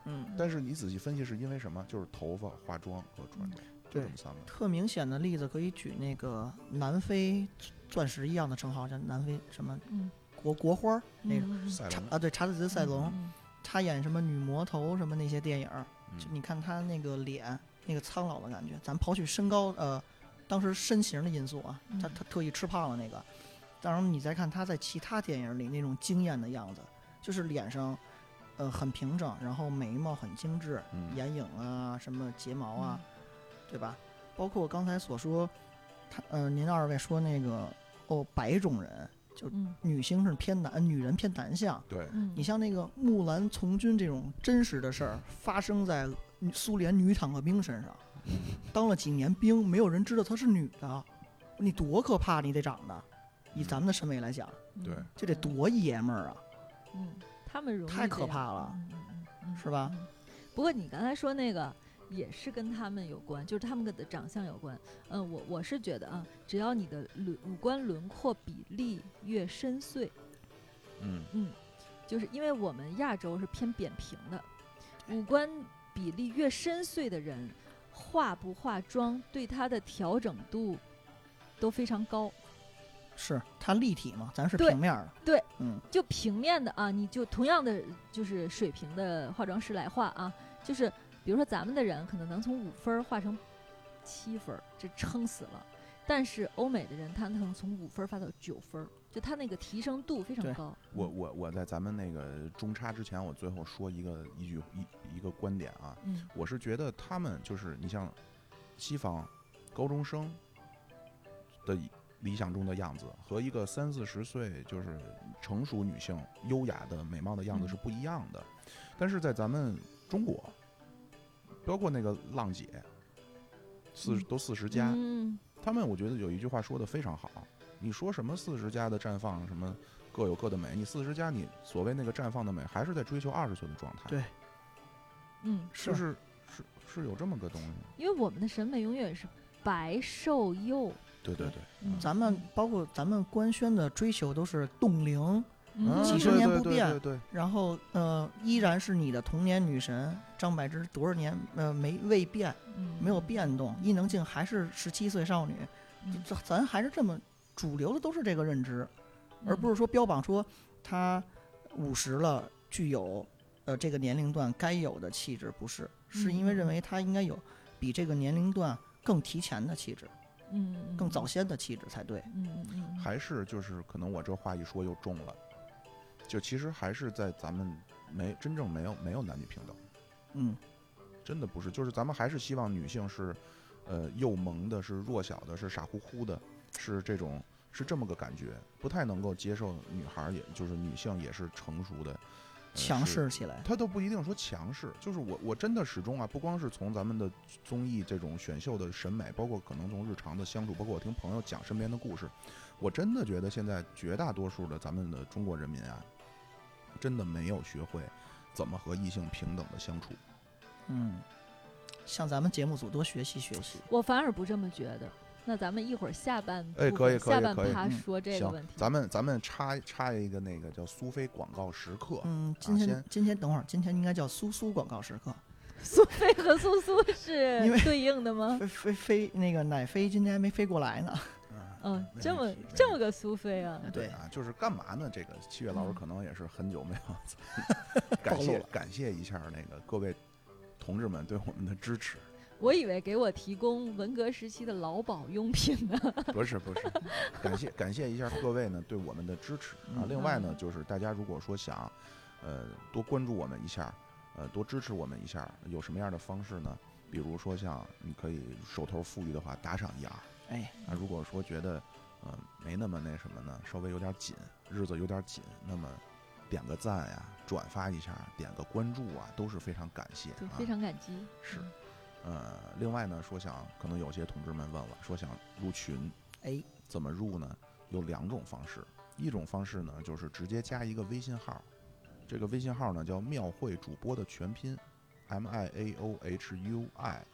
嗯， 但是你仔细分析是因为什么？就是头发、化妆和穿着，就对这么三个。 特明显的例子可以举那个南非钻石一样的称号，叫南非什么嗯， 国国花儿那个嗯嗯赛龙， 查啊，对，查理兹塞隆， 嗯他演什么女魔头什么那些电影儿，就嗯你看他那个脸，那个苍老的感觉，咱刨去身高，呃，当时身形的因素啊，他嗯他特意吃胖了那个。当然，你再看他在其他电影里那种惊艳的样子，就是脸上，呃，很平整，然后眉毛很精致， 嗯眼影啊，什么睫毛啊，对吧？包括我刚才所说，他呃，您二位说那个哦，白种人就嗯女星是偏男，呃女人偏男相。 对， 嗯， 你像那个木兰从军这种真实的事儿，发生在女苏联女坦克兵身上，当了几年兵，没有人知道她是女的，你多可怕！你得长得，以咱们的审美来讲， 嗯对这得多爷们儿啊， 嗯，他们容易太可这样怕了， 嗯嗯嗯嗯是吧？ 嗯不过你刚才说那个也是跟他们有关，就是他们的长相有关。嗯，我我是觉得啊，只要你的轮五官轮廓比例越深邃， 嗯嗯，就是因为我们亚洲是偏扁平的，五官比例越深邃的人，化不化妆对他的调整度都非常高。 是它立体嘛，咱是对平面儿的， 对， 嗯， 就平面的啊，你就同样的就是水平的化妆师来画啊，就是比如说咱们的人可能能从五分儿画成七分儿，这撑死了。但是欧美的人他能从五分儿发到九分儿，就他那个提升度非常对高。 我我我在咱们那个中插之前，我最后说一个一句一一个观点啊， 嗯我是觉得他们就是你像西方高中生的理想中的样子和一个三四十岁就是成熟女性优雅的美貌的样子嗯是不一样的。但是在咱们中国，包括那个浪姐，四嗯都四十加， 嗯他们我觉得有一句话说的非常好，你说什么四十加的绽放，什么各有各的美，你四十加你所谓那个绽放的美，还是在追求二十岁的状态， 对嗯， 就是是是有这么个东西。 因为我们的审美永远是白瘦幼。 对对对， 嗯咱们包括咱们官宣的追求都是冻龄， 嗯几十年不变对对对然后呃依然是你的童年女神张柏芝，多少年呃没未变， 嗯没有变动，伊能静还是十七岁少女， 嗯这咱还是这么主流的都是这个认知，而不是是说标榜说她五十了具有呃这个年龄段该有的气质，不是，是因为嗯认为她应该有比这个年龄段更提前的气质， 嗯嗯更早先的气质才对。 嗯嗯嗯还是就是可能我这话一说又重了，就其实还是在咱们没真正没有没有男女平等， 嗯， 真的不是，就是咱们还是希望女性是，呃，幼萌的，是弱小的，是傻乎乎的，是这种是这么个感觉，不太能够接受女孩儿，也就是女性也是成熟的，呃强是势起来。 他都不一定说强势，就是我我真的始终啊，不光是从咱们的综艺这种选秀的审美，包括可能从日常的相处，包括我听朋友讲身边的故事，我真的觉得现在绝大多数的咱们的中国人民啊，真的没有学会怎么和异性平等的相处。 嗯，向咱们节目组多学习学习。 我反而不这么觉得。那咱们一会儿下半哎可以部分下半可以可以嗯趴说这个行问题。， 咱们咱们插插一个那个叫苏菲广告时刻。 嗯，今天、 先今天等会儿，今天应该叫苏苏广告时刻。 苏菲和苏苏是因为对应的吗？ 飞飞飞，那个奶飞今天还没飞过来呢。 嗯， 没这么问题这么个苏菲啊。 对啊，就是干嘛呢？这个七月老师嗯可能也是很久没有感谢暴露了感谢一下那个各位同志们对我们的支持。 我以为给我提供文革时期的劳保用品呢。 不是不是，感谢感谢一下各位呢对我们的支持啊。 嗯另外呢，就是大家如果说想，呃，多关注我们一下，呃，多支持我们一下，有什么样的方式呢？比如说像你可以手头富裕的话，打赏一二。 哎， 啊，如果说觉得，呃，没那么那什么呢，稍微有点紧，日子有点紧，那么点个赞呀，转发一下，点个关注啊，都是非常感谢对， 啊。 非常感激。 是。呃，另外呢，说想可能有些同志们问了，说想入群， 哎， 怎么入呢？有两种方式，一种方式呢就是直接加一个微信号，这个微信号呢叫庙会主播的全拼 ，M I A O H U I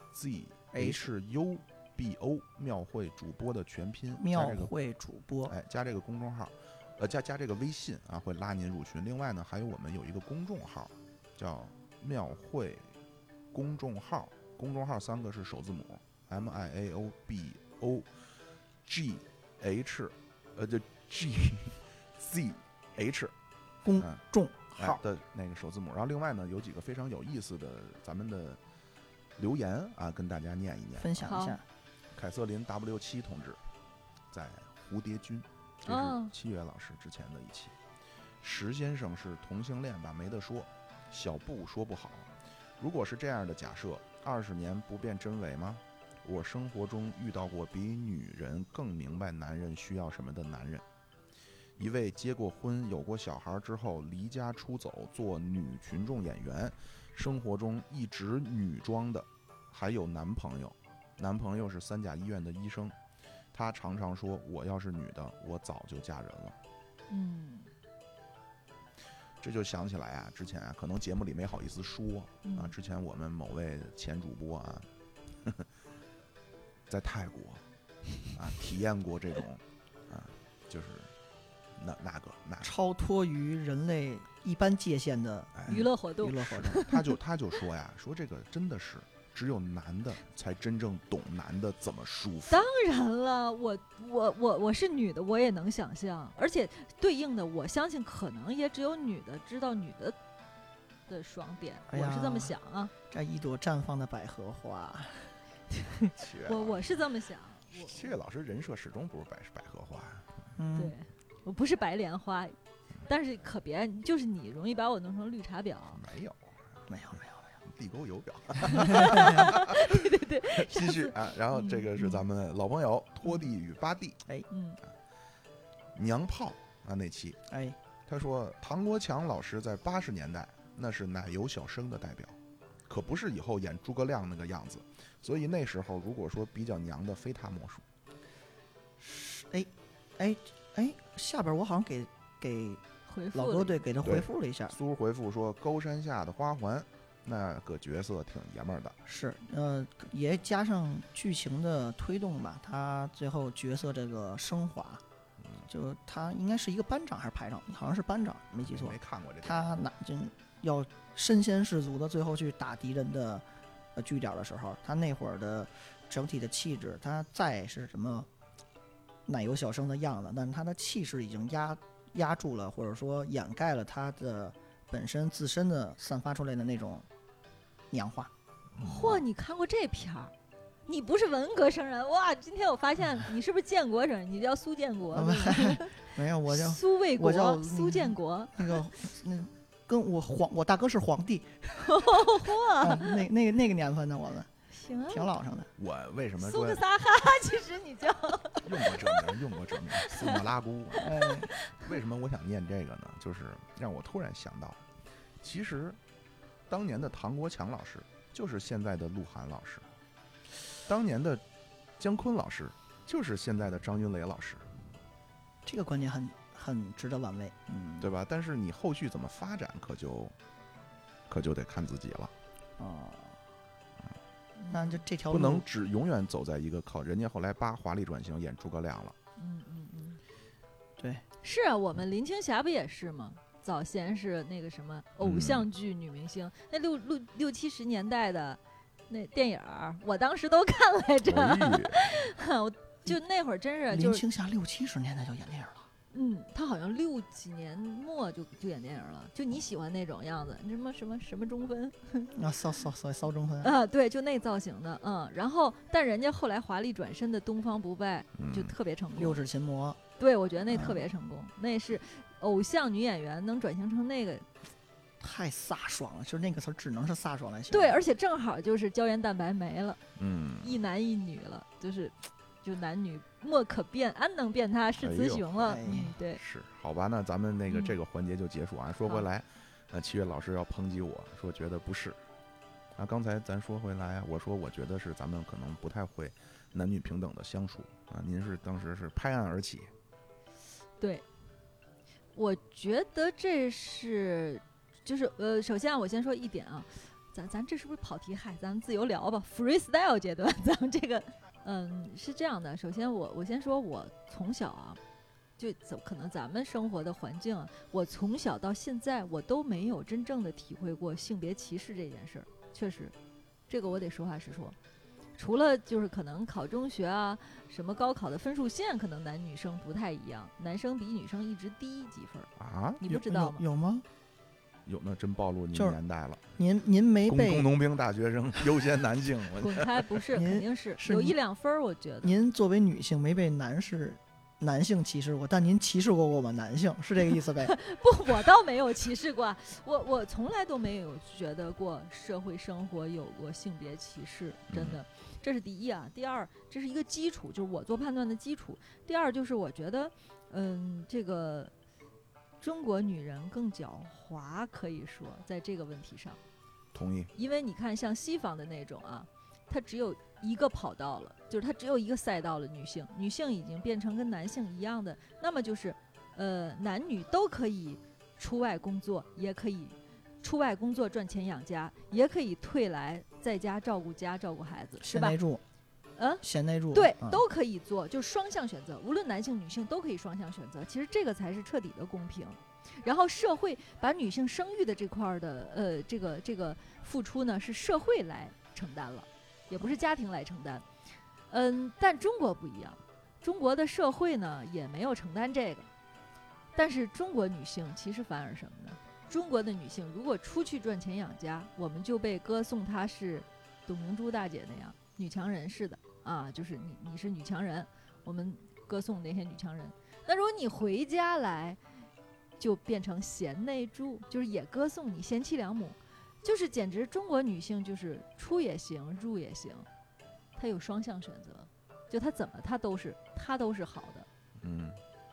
Z H U B O， 庙会主播的全拼，加庙这个会主播， 哎，加这个公众号，呃，加加这个微信啊，会拉您入群。另外呢，还有我们有一个公众号，叫庙会公众号，公众号三个是首字母 M I A O B O G H， 呃，就 G Z H 公嗯众哎号， 的那个首字母。然后另外呢，有几个非常有意思的咱们的留言啊，跟大家念一念。 分享一下。 凯瑟琳 W 七同志在蝴蝶君，这是哦七月老师之前的一期。石先生是同性恋吧？没得说。小布说不好。如果是这样的假设，二十年不变真伪吗？我生活中遇到过比女人更明白男人需要什么的男人。一位结过婚、有过小孩之后离家出走做女群众演员，生活中一直女装的，还有男朋友。男朋友是三甲医院的医生，他常常说我要是女的，我早就嫁人了。 嗯这就想起来啊，之前啊，可能节目里没好意思说嗯啊，之前我们某位前主播啊，呵呵在泰国啊体验过这种啊，就是那那个那个， 超脱于人类一般界限的哎娱乐活动娱乐活动。 他就他就说呀，说这个真的是只有男的才真正懂男的怎么舒服。 当然了，我我我我是女的，我也能想象，而且对应的，我相信可能也只有女的知道女的的爽点， 哎呀我是这么想啊， 这一朵绽放的百合花， 七月老我我是这么想，我七月老师人设始终不是百百合花呀。 嗯， 对，我不是白莲花，但是可别，就是你容易把我弄成绿茶婊， 没有， 没有没有， 地沟油表。 对对对， 继续啊，然后这个是咱们老朋友拖地与巴蒂嗯娘炮啊那期， 哎， 他说唐国强老师在八十年代那是奶油小生的代表，可不是以后演诸葛亮那个样子，所以那时候如果说比较娘的非他莫属。 哎哎哎，下边我好像给给回复老哥对给他对回复了一下， 苏回复说沟山下的花环那个角色挺爷们儿的， 是呃也加上剧情的推动吧，他最后角色这个升华，就他应该是一个班长还是排长，好像是班长，没记错没，看过这个。 他哪就要身先士卒的最后去打敌人的呃据点的时候，他那会儿的整体的气质，他再是什么奶油小生的样子，但是他的气势已经压压住了，或者说掩盖了他的本身自身的散发出来的那种娘化。 嚯，你看过这片儿？你不是文革生人哇！今天我发现你是不是建国生人？你叫苏建国，对吧没有，我叫苏卫国我叫， 苏建国。 那个那跟我皇我大哥是皇帝， 嚯， 啊、那那个那个年份的我们行啊， 挺老上的。 我为什么苏说克萨哈，其实你叫用过这名，用过这名，苏莫拉姑。 哎， 为什么我想念这个呢？就是让我突然想到，其实当年的唐国强老师就是现在的鹿晗老师，当年的姜昆老师就是现在的张云雷老师， 这个观点很很值得玩味，嗯， 对吧？但是你后续怎么发展，可就可就得看自己了， 哦，那就这条路不能只永远走在一个靠人家后来扒华丽转型演诸葛亮了。 嗯嗯嗯， 对， 是啊，我们林青霞不也是吗？早先是那个什么偶像剧女明星，那六六六七十年代的那电影儿，我当时都看来着。 哎我就那会儿真是林就是， 青霞六七十年代就演电影了， 嗯，她好像六几年末就就演电影了。就你喜欢那种样子，什么什么什么中分啊，骚骚骚骚中分， 啊，对，就那造型的，嗯。然后，但人家后来华丽转身的《东方不败》就嗯特别成功。 六指琴魔， 对，我觉得那特啊别成功，那是偶像女演员能转型成那个， 太飒爽了，就是那个词儿只能是飒爽来形容。 对，而且正好就是胶原蛋白没了， 嗯， 一男一女了，就是就男女莫可辨，安能辨他是雌雄了。 哎呦嗯，对， 是好吧？那咱们那个嗯这个环节就结束啊。说回来，呃，七月老师要抨击我说觉得不是。啊，刚才咱说回来啊，我说我觉得是咱们可能不太会男女平等的相处啊。您是当时是拍案而起， 对，我觉得这是就是呃，首先我先说一点啊，咱咱这是不是跑题？嗨，咱们自由聊吧，freestyle 阶段，咱们这个嗯是这样的。首先我我先说我从小啊， 就怎可能咱们生活的环境啊，我从小到现在我都没有真正的体会过性别歧视这件事儿，确实，这个我得实话实说。除了就是可能考中学啊，什么高考的分数线可能男女生不太一样，男生比女生一直低几分啊？ 你不知道吗？ 有有吗？ 有，那真暴露您就是年代了。 您您没工被工农兵大学生优先男性，我滚开！不是， 您肯定是是你有一两分儿，我觉得。 您作为女性没被男士男性歧视过，但您歧视过我们男性，是这个意思呗？ 不，我倒没有歧视过，我我从来都没有觉得过社会生活有过性别歧视，真的，这是第一啊。第二，这是一个基础，就是我做判断的基础。第二就是我觉得，嗯，这个中国女人更狡猾，可以说在这个问题上。 同意。 因为你看，像西方的那种啊，它只有一个跑道了，就是它只有一个赛道了。女性，女性已经变成跟男性一样的，那么就是，呃，男女都可以出外工作，也可以出外工作赚钱养家，也可以退来在家照顾家、照顾孩子，是吧贤内？助， 嗯， 贤内助， 对， 嗯都可以做，就是双向选择，无论男性女性都可以双向选择。其实这个才是彻底的公平。然后社会把女性生育的这块儿的呃这个这个付出呢，是社会来承担了，也不是家庭来承担。嗯，但中国不一样，中国的社会呢也没有承担这个。但是中国女性其实反而什么呢？中国的女性如果出去赚钱养家，我们就被歌颂她是董明珠大姐那样女强人似的啊，就是你你是女强人，我们歌颂那些女强人。那如果你回家来，就变成贤内助，就是也歌颂你贤妻良母，就是简直中国女性就是出也行，入也行，她有双向选择，就她怎么她都是她都是好的。 嗯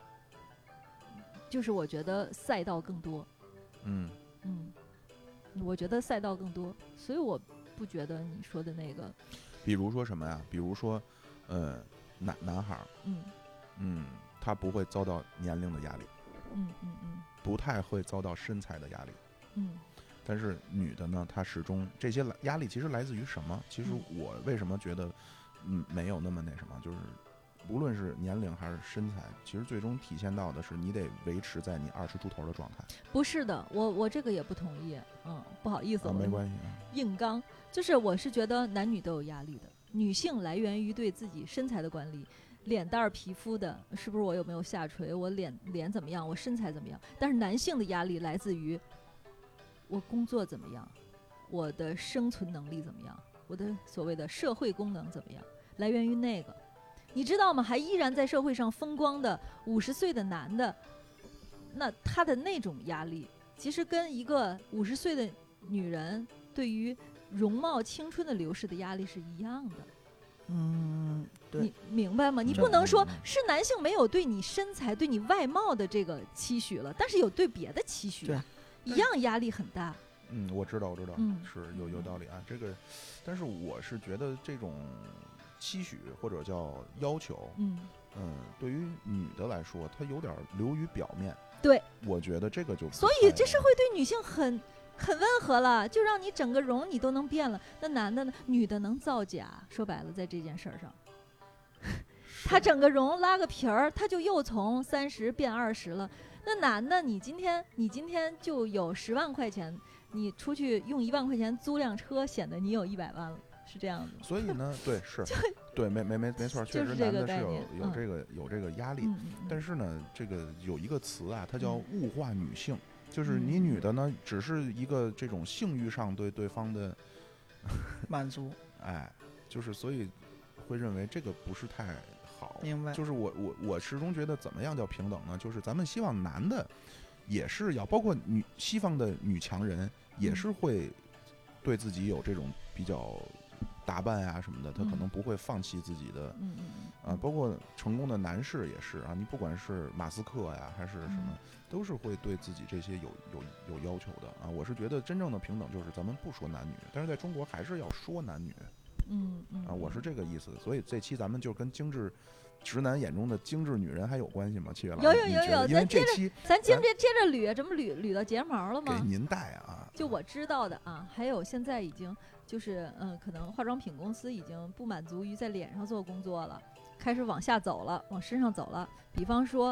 就是我觉得赛道更多， 嗯嗯，我觉得赛道更多，所以我不觉得你说的那个， 比如说什么呀？比如说，呃，男男孩儿， 嗯嗯，他不会遭到年龄的压力， 嗯嗯嗯不太会遭到身材的压力。 嗯但是女的呢，她始终这些来压力其实来自于什么？其实我为什么觉得，嗯，没有那么那什么，就是无论是年龄还是身材，其实最终体现到的是你得维持在你二十出头的状态。 不是的，我我这个也不同意，嗯，不好意思， 啊， 我没关系啊。 硬刚，就是我是觉得男女都有压力的，女性来源于对自己身材的管理。脸蛋儿皮肤的，是不是我有没有下垂？我脸脸怎么样？我身材怎么样？但是男性的压力来自于我工作怎么样，我的生存能力怎么样，我的所谓的社会功能怎么样，来源于那个。你知道吗？还依然在社会上风光的五十岁的男的，那他的那种压力，其实跟一个五十岁的女人对于容貌青春的流逝的压力是一样的。 嗯，对， 你明白吗？你不能说是男性没有对你身材、对你外貌的这个期许了，但是有对别的期许啊，一样压力很大。 嗯，我知道，我知道， 嗯是有有道理啊。这个，但是我是觉得这种期许或者叫要求， 嗯嗯，对于女的来说，它有点流于表面。 对， 我觉得这个就不所以太这社会对女性很很温和了，就让你整个容你都能变了。那男的呢？女的能造假，说白了，在这件事儿上，他整个容拉个皮儿，他就又从三十变二十了。那男的，你今天你今天就有十万块钱，你出去用一万块钱租辆车，显得你有一百万了，是这样子。 所以呢，对，是，对，没没没没错，确实就是这个男的是有概念嗯有这个有这个压力。 嗯嗯嗯但是呢，这个有一个词啊，它叫嗯物化女性，就是你嗯女的呢，只是一个这种性欲上对对方的， 满足， 哎，就是所以会认为这个不是太好。 明白。 就是我我我始终觉得怎么样叫平等呢？就是咱们希望男的也是要，包括女西方的女强人也是会对自己有这种比较打扮啊什么的，他可能不会放弃自己的。 嗯嗯啊，包括成功的男士也是啊，你不管是马斯克呀，还是什么，都是会对自己这些有有有要求的啊。我是觉得真正的平等就是咱们不说男女，但是在中国还是要说男女嗯嗯啊，我是这个意思。所以这期咱们就跟精致直男眼中的精致女人还有关系吗？七月老师， 有有有有你觉得因为咱接着这期咱接着接着捋，这不捋捋到睫毛了吗？ 给您带啊， 就我知道的啊，还有现在已经就是嗯，可能化妆品公司已经不满足于在脸上做工作了，开始往下走了，往身上走了。比方说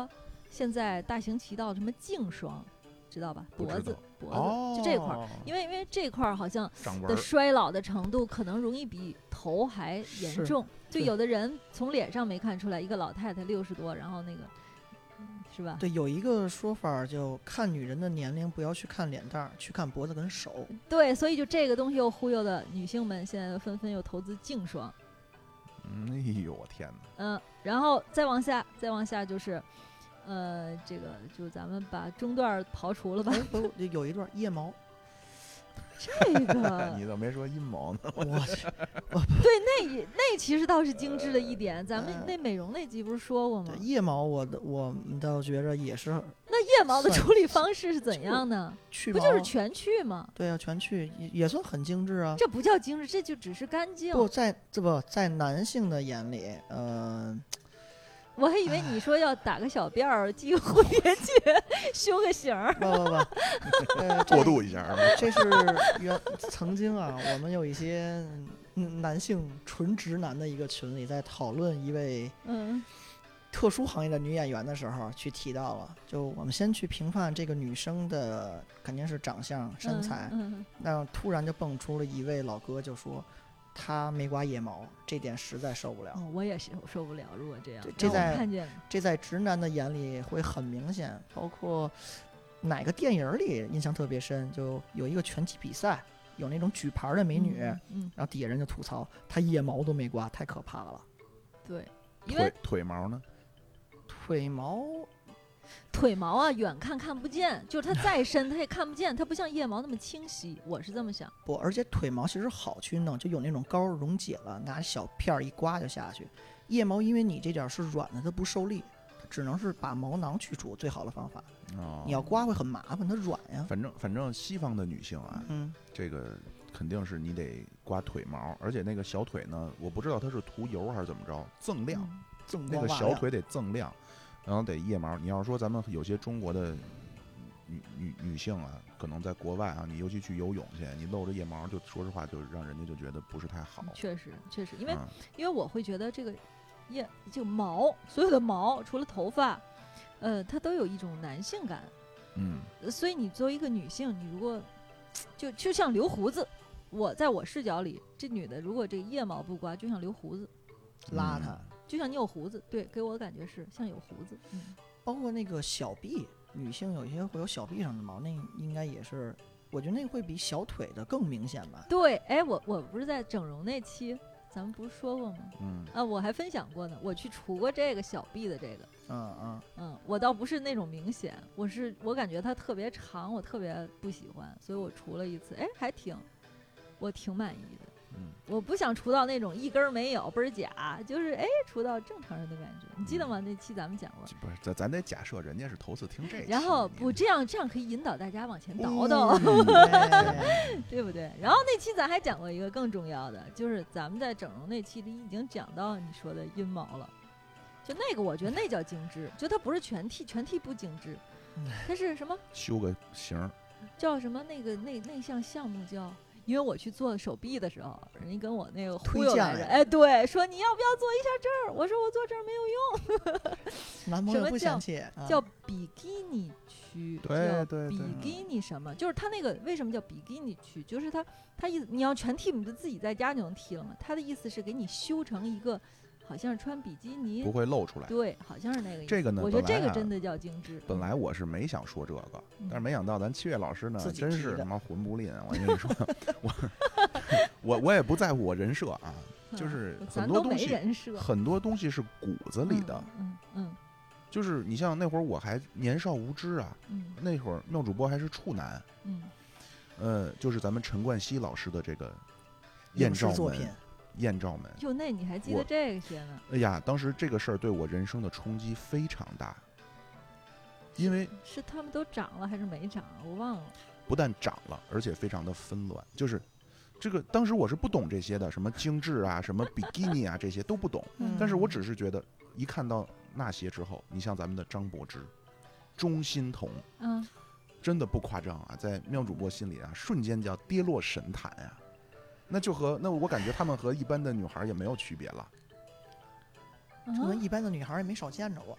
现在大行其道什么净霜，知道吧？ 不知脖子道脖子、 哦， 就这块儿，因为因为这块儿好像的掌纹儿衰老的程度可能容易比头还严是重，就对有的人从脸上没看出来，一个老太太六十多，然后那个，嗯是吧？ 对，有一个说法就看女人的年龄，不要去看脸蛋儿，去看脖子跟手。 对，所以就这个东西又忽悠的女性们，现在纷纷又投资净霜。 嗯，哎呦我天哪！ 嗯，然后再往下，再往下就是，呃，这个就咱们把中段儿刨除了吧。 哎，不，有一段腋毛， 这个你怎么没说阴谋呢？ 我去， 那也那其实倒是精致的一点，咱们呃那美容那集不是说过吗对？腋毛我的我倒觉着也是那腋毛的算处理方式是怎样呢？ 去毛， 不就是全去吗？ 对啊，全去也也算很精致啊。 这不叫精致，这就只是干净。 不在这不在男性的眼里，嗯、 我还以为你说要打个小辫儿，系个蝴蝶结，修个型儿。 不不不，呃，这过渡一下啊， 这是原曾经啊，我们有一些嗯男性纯直男的一个群里，在讨论一位嗯特殊行业的女演员的时候，去提到了，就我们先去评判这个女生的肯定是长相、身材， 嗯嗯那突然就蹦出了一位老哥，就说他没刮腋毛，这点实在受不了。 哦，我也是受不了，如果这样， 这这让我在看见这在直男的眼里会很明显，包括哪个电影里印象特别深，就有一个拳击比赛，有那种举牌的美女， 嗯嗯， 然后底下人就吐槽她腋毛都没刮，太可怕了。 对，因为腿腿毛呢？ 腿毛腿毛啊，远看看不见，就是它再深它也看不见，它不像腋毛那么清晰，我是这么想。 不，而且腿毛其实好去弄，就有那种膏溶解了，拿小片儿一刮就下去。腋毛因为你这点儿是软的，它不受力，它只能是把毛囊去除，最好的方法。 哦， 你要刮会很麻烦，它软呀。 反正反正西方的女性啊， 嗯， 这个肯定是你得刮腿毛，而且那个小腿呢，我不知道它是涂油还是怎么着，锃亮， 嗯锃那光瓦亮。 个小腿得锃亮，然后得腋毛。你要是说咱们有些中国的女女女性啊，可能在国外啊，你尤其去游泳去，你露着腋毛，就说实话，就让人家就觉得不是太好。 确实确实，因为、 嗯因为我会觉得这个腋就毛，所有的毛除了头发，呃，它都有一种男性感。 嗯呃所以你作为一个女性，你如果就就像留胡子，我在我视角里，这女的如果这个腋毛不刮，就像留胡子， 邋遢。 就像你有胡子，对，给我的感觉是像有胡子。嗯， 包括那个小臂，女性有一些会有小臂上的毛，那应该也是，我觉得那个会比小腿的更明显吧。 对，哎，我我不是在整容那期，咱们不是说过吗？ 嗯啊，我还分享过呢，我去除过这个小臂的这个。 嗯嗯， 嗯，我倒不是那种明显，我是我感觉它特别长，我特别不喜欢，所以我除了一次，哎，还挺，我挺满意的。 嗯， 我不想除到那种一根儿没有倍儿假，就是哎除到正常人的感觉，你记得吗？那期咱们讲过。 这不是咱咱得假设人家是头次听这期， 然后你不这样，这样可以引导大家往前倒嗯倒， 哎对不对？然后那期咱还讲过一个更重要的，就是咱们在整容那期里已经讲到你说的阴毛了，就那个我觉得那叫精致，就它不是全剃，全剃不精致，它是什么修个型儿， 叫什么那个那那项项目叫。因为我去做手臂的时候，人家跟我那个忽悠来着， 推荐来哎，对，说你要不要做一下这儿？我说我做这儿没有用。 男朋友不什么叫嫌弃，啊叫比基尼区， 对叫对对比基尼什么？就是它那个为什么叫比基尼区？就是它它意思你要全剃，你就自己在家就能剃了嘛。它的意思是给你修成一个，好像是穿比基尼不，会露出来。 对，好像是那个意思。 这个呢我觉得本来啊这个真的叫精致。 本来我是没想说这个，但是没想到咱七月老师呢， 自己真提的是他妈混不吝。我跟你说，我我我也不在乎我人设啊， 嗯就是咱都没很多东西， 人设很多东西是骨子里的。 嗯嗯就是你像那会儿我还年少无知啊， 嗯那会儿妙主播还是处男， 嗯呃，就是咱们陈冠希老师的这个影艳照门视作品，， 艳照门。 就那你还记得我这些呢？ 哎呀，当时这个事儿对我人生的冲击非常大，因为是他们都长了还是没长啊？我忘了。 不但长了，而且非常的纷乱。就是这个，当时我是不懂这些的，什么精致啊，什么比基尼啊，这些都不懂。 嗯但是我只是觉得，一看到那些之后，你像咱们的张柏芝、钟欣桐， 嗯， 真的不夸张啊，在妙主播心里啊，瞬间叫跌落神坛呀、那就和那我感觉他们和一般的女孩也没有区别了。 可能一般的女孩也没少见着我。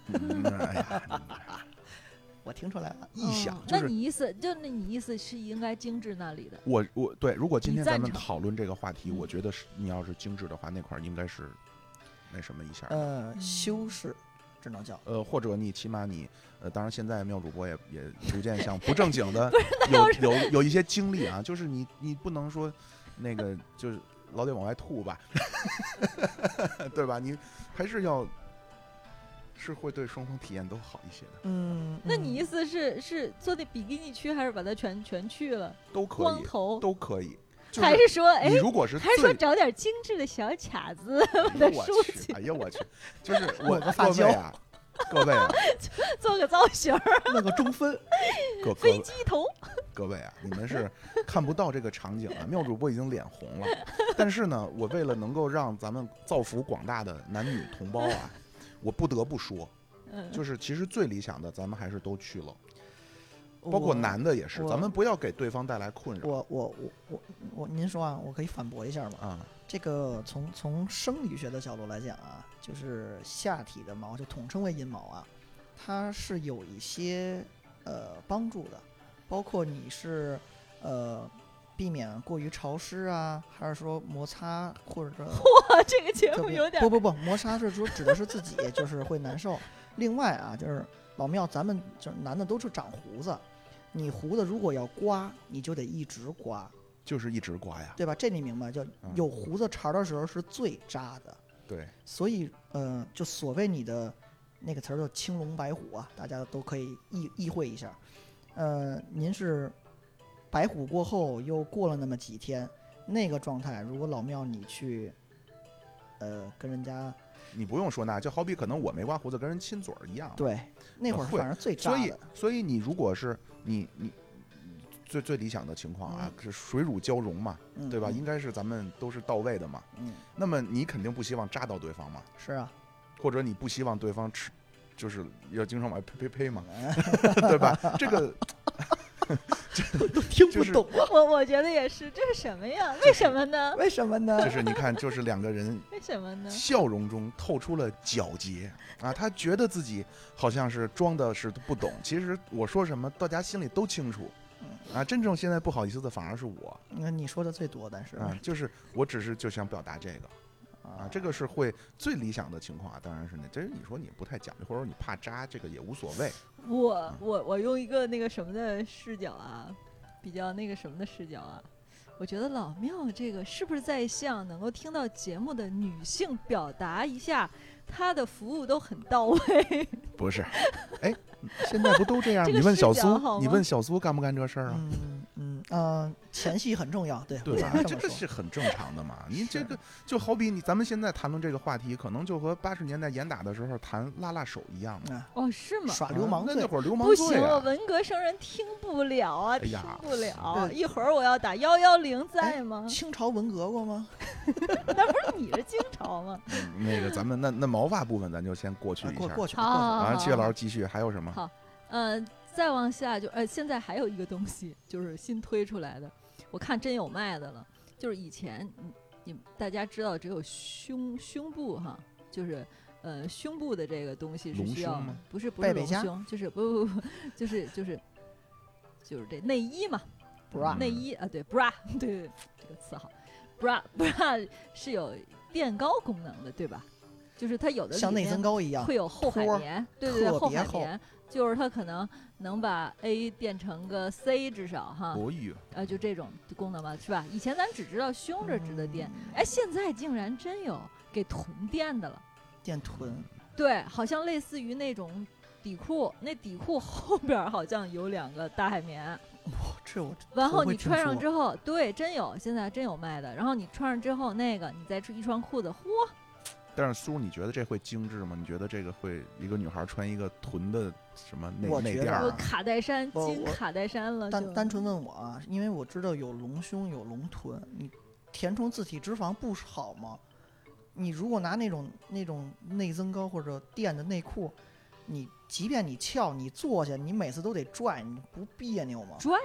嗯哎呀， 我听出来了。 一想哦就是那你意思就那你意思是应该精致那里的？ 我我对，如果今天咱们你赞成讨论这个话题， 嗯我觉得是你要是精致的话，那块儿应该是那什么一下的。 呃， 嗯修饰只能叫。 呃，或者你起码你，呃，当然现在妙主播也也逐渐向不正经的有有有一些经历啊，就是你你不能说那个就是老得往外吐吧，对吧？你还是要是会对双方体验都好一些的， 嗯， 那你意思是是做那比基尼区，还是把它全全去了， 都可以， 光头？ 都可以。就还是说哎你？如果是还是说最找点精致的小卡子哎把它呦我梳去， 起， 哎呀我去，就是我抹个发各位啊，各位啊， 做个造型儿， 那个中分， 各各飞机头。 各位啊，你们是看不到这个场景啊，妙主播已经脸红了。但是呢，我为了能够让咱们造福广大的男女同胞啊，我不得不说， 嗯， 就是其实最理想的，咱们还是都去了，包括我男的也是， 我咱们不要给对方带来困扰我我我我我，您说啊，我可以反驳一下吗？ 啊。 这个从从生理学的角度来讲啊，就是下体的毛，就统称为阴毛啊，它是有一些呃帮助的，包括你是呃避免过于潮湿啊，还是说摩擦或者哇，这个节特别目有点不不不，摩擦是说指的是自己，就是会难受。另外啊，就是老庙，咱们就是男的都是长胡子，你胡子如果要刮，你就得一直刮， 就是一直刮呀， 对吧？这你明白？就嗯有胡子茬儿的时候是最渣的， 对， 所以呃，就所谓你的那个词儿叫青龙白虎啊，大家都可以意意会一下。呃，您是白虎过后又过了那么几天，那个状态，如果老庙你去呃跟人家你不用说那，就好比可能我没刮胡子，跟人亲嘴儿一样。 对那会儿会反正最渣所以的， 所以你如果是你你最最理想的情况啊，是水乳交融嘛， 嗯对吧？ 嗯应该是咱们都是到位的嘛。 嗯， 那么你肯定不希望扎到对方嘛， 是啊， 或者你不希望对方吃，就是要经常往外呸呸呸嘛， 哎对吧？这个都听就是不懂， 我我觉得也是，这是什么呀？为什么呢？ 为什么呢？ 就是你看，就是两个人为什么呢？ 笑容中透出了皎洁啊，他觉得自己好像是装的是不懂，其实我说什么大家心里都清楚啊。真正现在不好意思的反而是我那你说的最多，但是啊，就是我只是就想表达这个。啊，这个是会最理想的情况啊，当然是那，这是你说你不太讲究，或者你怕扎，这个也无所谓。 我我我用一个那个什么的视角啊，比较那个什么的视角啊，我觉得老庙这个是不是在向能够听到节目的女性表达一下，她的服务都很到位？ 不是，哎，现在不都这样？ 这个视你问小苏，你角好吗问小苏干不干这事儿啊？ 嗯嗯呃，前戏很重要，对对吧我？这么说这个是很正常的嘛。你这是个就好比你咱们现在谈论这个话题，可能就和八十年代严打的时候谈拉拉手一样嘛。 啊， 哦，是吗？ 耍流氓罪啊那那，会儿流氓不行， 罪啊我文革生人听不了啊，听哎呀不了。 对一会儿我要打幺幺零，在吗？ 清朝文革过吗？ 那不是你是清朝吗？ 嗯那个咱们那那毛发部分咱就先过去啊一下。 过过去了，过去了。 好好好啊，七月老师继续，还有什么？ 好呃，再往下就呃，现在还有一个东西，就是新推出来的，我看真有卖的了。就是以前你你大家知道只有胸胸部哈，就是呃胸部的这个东西是隆需要胸吗不是不是贝贝虾隆胸，就是不不不就是就是就是这内衣嘛 bra 内衣啊对 bra 对对对这个词好 bra bra 是有垫高功能的对吧？就是它有的像内里面增高一样会，有厚海托儿绵，对对对，厚特别厚海绵，就是它可能能把 A 变成个 C，至少哈， 哦呦， 呃，就这种功能吧，是吧？以前咱只知道胸这值得垫， 嗯哎，现在竟然真有给臀垫的了， 垫臀， 对，好像类似于那种底裤，那底裤后边儿好像有两个大海绵， 这我然后头回听你穿上说之后，对，真有，现在真有卖的，然后你穿上之后，那个你再一穿裤子，嚯！ 但是苏，你觉得这会精致吗？你觉得这个会一个女孩穿一个臀的什么内我觉得我内垫儿啊？ 卡戴珊我我金卡戴珊了，就单单纯问我啊，因为我知道有隆胸有隆臀，你填充自体脂肪不好吗？你如果拿那种那种内增高或者垫的内裤，你即便你翘，你坐下，你每次都得拽，你不别扭吗？ 拽，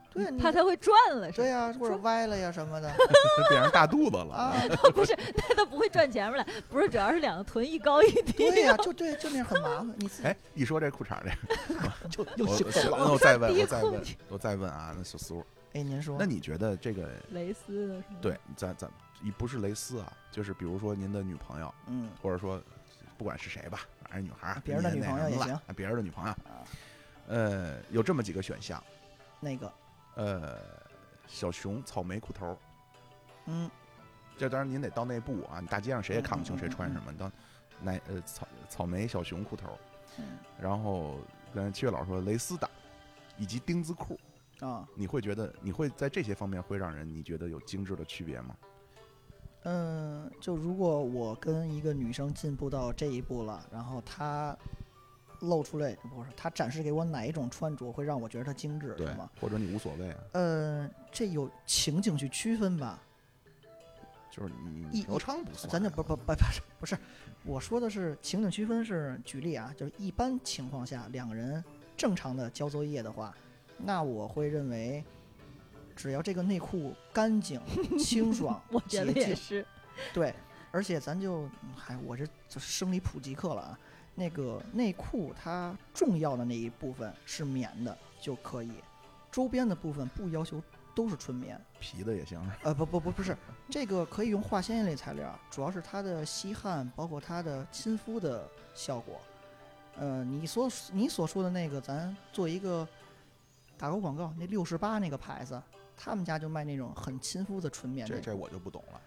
对呀，你怕它会转了是吧？ 对呀、或者歪了呀什么的变成大肚子了。 啊， 不是，那它不会转前面来，不是，主要是两个臀一高一低。 对呀、就对，就那样很麻烦。你自己哎，一说这裤衩这个， 就又我兴奋了。 我我再问， 低我再问裤， 我再问啊，那小苏， 哎，您说那，你觉得这个蕾丝的是吗？ 对，咱咱一不是蕾丝啊，就是比如说您的女朋友， 嗯或者说不管是谁吧，还是女孩儿， 别人的女您那什么了朋友也行啊别人的女朋友， 啊， 呃，有这么几个选项， 那个， 呃，小熊草莓裤头儿， 嗯这当然您得到内部啊，你大街上谁也看不清谁穿什么，你到奶呃草草莓小熊裤头儿， 嗯然后跟七月老师说蕾丝的，以及丁字裤， 啊， 你会觉得你会在这些方面会让人你觉得有精致的区别吗？ 嗯，就如果我跟一个女生进步到这一步了，然后她露出来，不是她展示给我哪一种穿着会让我觉得她精致， 对是吗？， 或者你无所谓啊， 呃，这有情景去区分吧。 就是你一嫖娼不算啊， 咱就不不不不是不是，我说的是情景区分是举例啊，就是一般情况下两个人正常的交作业的话，那我会认为，只要这个内裤干净、清爽我、觉得洁净， 也是。 对，而且咱就还我这就是生理普及课了啊，那个内裤它重要的那一部分是棉的就可以，周边的部分不要求都是纯棉。 皮的也行， 呃，不不不不是，这个可以用化纤类材料，主要是它的吸汗，包括它的亲肤的效果。呃，你所你所说的那个，咱做一个打个广告，那六十八那个牌子，他们家就卖那种很亲肤的纯棉内裤这这我就不懂了。